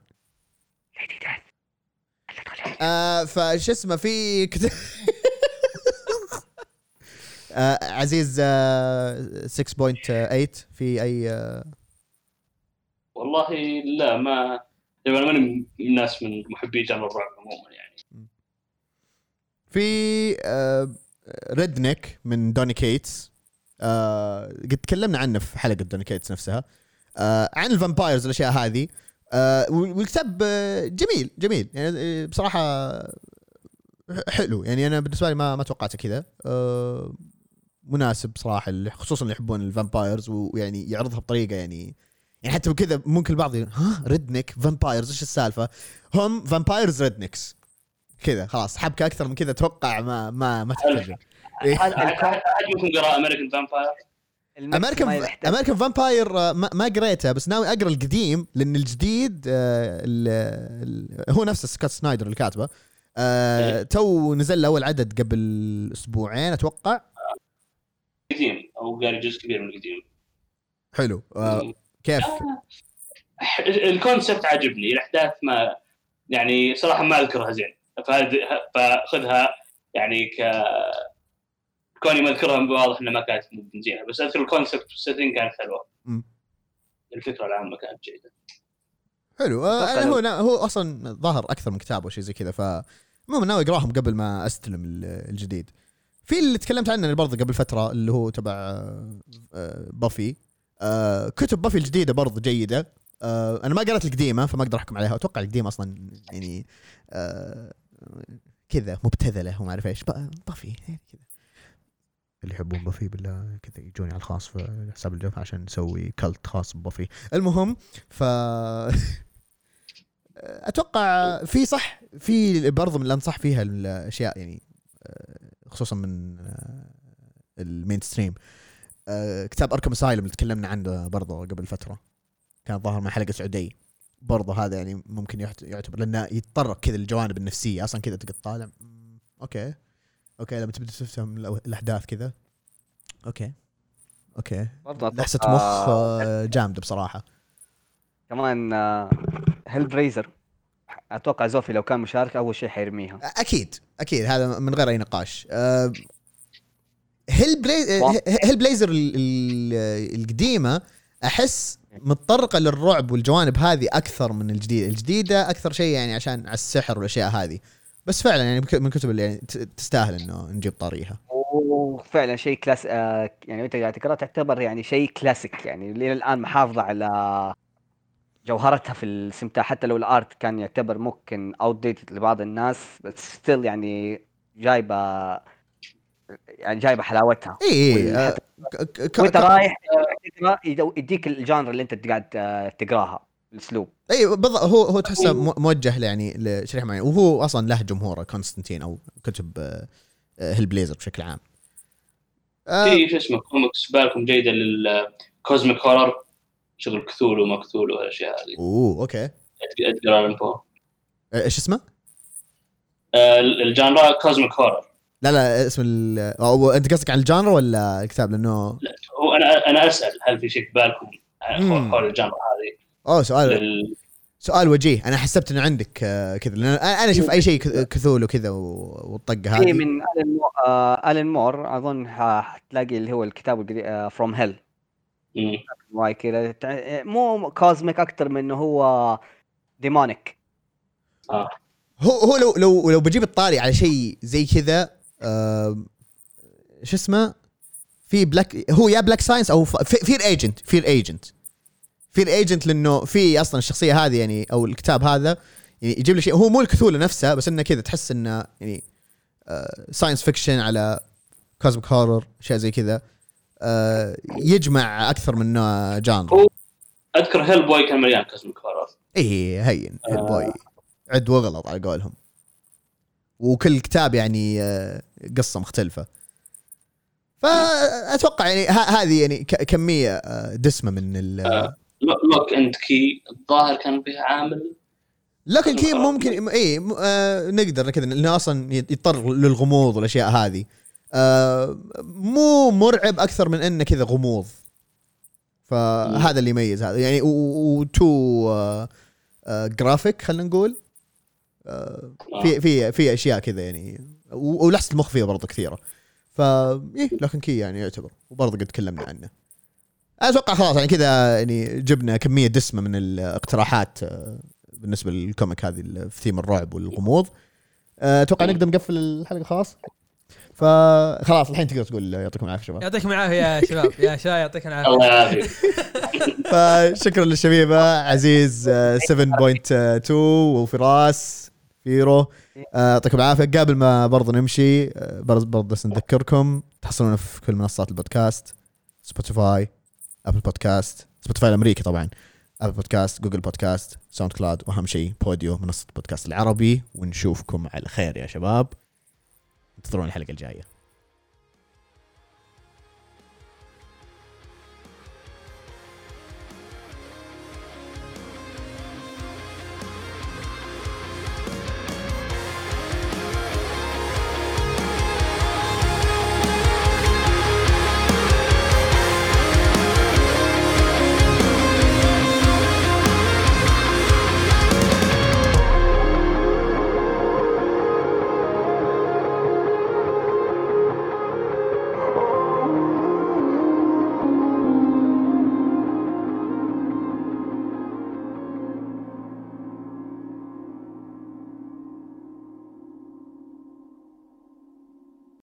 آه فش اسمه في كت... آه عزيز آه ستة فاصلة ثمانية في اي آه والله لا، ما انا ماني من الناس من محبي جانر الرعب عموما يعني. في آه ريد نيك من دوني كيتس، آه قد تكلمنا عنه في حلقة دوني كيتس نفسها، آه عن الفامبايرز الاشياء هذه. آه والكتاب آه جميل جميل يعني بصراحة حلو يعني. انا بالنسبة لي ما ما توقعته كذا. آه مناسب صراحة، خصوصا اللي يحبون الفامبايرز ويعني يعرضها بطريقة يعني يعني حتى كذا ممكن البعض يقول ها ريدنيك فامبايرز ايش السالفة؟ هم فامبايرز ريدنيكس كذا خلاص. حبكة اكثر من كذا اتوقع ما ما ما تحتاج. عجبكم قراءة امريكان فامباير؟ امريكان امريكان فامباير ما, ما قريتها، بس ناوي اقرا القديم لان الجديد آه ال ال هو نفس سكوت سنايدر اللي كاتبه. آه تو نزل اول عدد قبل اسبوعين اتوقع. قديم او قاري جزء كبير من القديم. حلو. آه كيف الكونسبت عجبني، الاحداث ما يعني صراحه ما اذكرها زين، فاخذها يعني ك كوني ما اذكرها واضح انها ما كانت زينه، بس اذكر الكونسبت والسيتنج كانت حلوه. م. الفكره العامه كانت جيده. حلو. آه هو هو اصلا ظهر اكثر من كتاب وشيء زي كذا، فمو ناوي اقراهم قبل ما استلم الجديد. في اللي تكلمت عنه برضه قبل فتره اللي هو تبع بافي. آه كتب بافي الجديده برضه جيده. آه انا ما قرأت القديمه فما اقدر احكم عليها. اتوقع القديمه اصلا يعني آه كذا مبتذله وما اعرف ايش. بافي كذا اللي يحبون بافي بالله كذا يجوني على الخاص في حساب الجمع عشان نسوي كلت خاص ببافي. المهم ف اتوقع في صح في برضه من اللي انصح فيها الاشياء يعني خصوصا من المين ستريم. كتاب أركام أسايلم اللي تكلمنا عنه برضه قبل فترة، كان ظاهر مع حلقة سعودي برضه. هذا يعني ممكن يعتبر لأنه يتطرق كذا للجوانب النفسية أصلا كذا تقعد طالع أوكي أوكي لما تبدأ تفهم الأحداث كذا أوكي أوكي لحسة مخ جامدة بصراحة. كمان هيل بريزر اتوقع زوفي لو كان مشارك اول شيء حيرميها. اكيد اكيد هذا من غير اي نقاش. أه هيل بلاي هيل بلايزر القديمه احس متطرقه للرعب والجوانب هذه اكثر من الجديده. الجديده اكثر شيء يعني عشان على السحر والاشياء هذه، بس فعلا يعني من كتب اللي يعني تستاهل انه نجيب طاريها. وفعلا شيء كلاس آه يعني انت قاعد تقرا تعتبر يعني شيء كلاسيك يعني الى الان محافظه على جوهرتها في السمتة، حتى لو الارت كان يعتبر ممكن اوت ديتد لبعض الناس، بس ستيل يعني جايبه يعني جايبه حلاوتها. اي آه وانت رايح تقرا يديك الجانر اللي انت قاعد تقراها الاسلوب. اي بالضبط. هو هو تحسه موجه يعني لشريحه معينه، وهو اصلا له جمهوره كونستانتين او كتب هيل بليزر بشكل عام. في شو اسمه كوميكس بالكم جيده للكوزميك هورر، شغل كثولو وما كثولو والاشياء هذه. اوه اوكي. ادجار الان بو ايش اسمه؟ آه الجانرا كوزميك هورر. لا لا اسم ال أو انت قصدك عن الجانرا ولا الكتاب؟ لانه لا هو انا انا اسال هل في شيء في بالكم حول الجانرا هذه؟ اوه سؤال لل... سؤال وجيه. انا حسبت انه عندك كذا لأن انا اشوف اي شيء كثولو كذا والطقه هذه. من آلن مور, آه آلن مور اظن حتلاقي اللي هو الكتاب فروم هيل. واي كذا مو كوزميك اكثر من انه هو ديمونيك. اه هو هو لو لو لو بجيب الطاري على شيء زي كذا آه شو اسمه في بلاك هو يا بلاك ساينس او فير ايجنت فير ايجنت فير ايجنت لانه في اصلا الشخصيه هذه يعني او الكتاب هذا يعني يجيب لي شيء هو مو الكثولة نفسها بس انه كذا تحس انه يعني آه ساينس فيكشن على كوزميك هورر شيء زي كذا آه يجمع اكثر من جانر. اذكر هيل بوي كان مليان كوزميك هورر. ايه هين هيل بوي عد وغلط على قولهم، وكل كتاب يعني قصة مختلفة. فأتوقع يعني هذه يعني كمية دسمة من لوك اند كي الظاهر كان فيها عامل، لكن كي ممكن ايه م... آه نقدر كذا انه اصلا يضطر للغموض والاشياء هذه. آه مو مرعب اكثر من انه كذا غموض، فهذا اللي يميز هذا يعني. وتو آه آه جرافيك خلينا نقول، آه في في في اشياء كذا يعني، ولحظه المخ فيها برضه كثيره. ف ايه لكن كي يعني يعتبر، وبرضه قد تكلمنا عنه. اتوقع خلاص يعني كذا يعني جبنا كميه دسمه من الاقتراحات بالنسبه للكوميك هذه في ثيم الرعب والغموض. اتوقع نقدر نقفل الحلقه خلاص. فخلاص الحين تقدر تقول يعطيكم العافيه شباب. يعطيكم العافيه يا شباب. يا شاي يعطيكم العافيه. الله يعافيك. فشكرا للشبيبه عزيز سبعة فاصلة اثنين وفراس فيرو، يعطيكم العافيه. قبل ما برضه نمشي برضه بس نذكركم تحصلون في كل منصات البودكاست، سبوتيفاي، ابل بودكاست، سبوتيفاي الامريكي طبعا، ابل بودكاست، جوجل بودكاست، ساوند كلاود، واهم شيء بوديو منصه بودكاست العربي. ونشوفكم على خير يا شباب، انتظرونا الحلقه الجايه.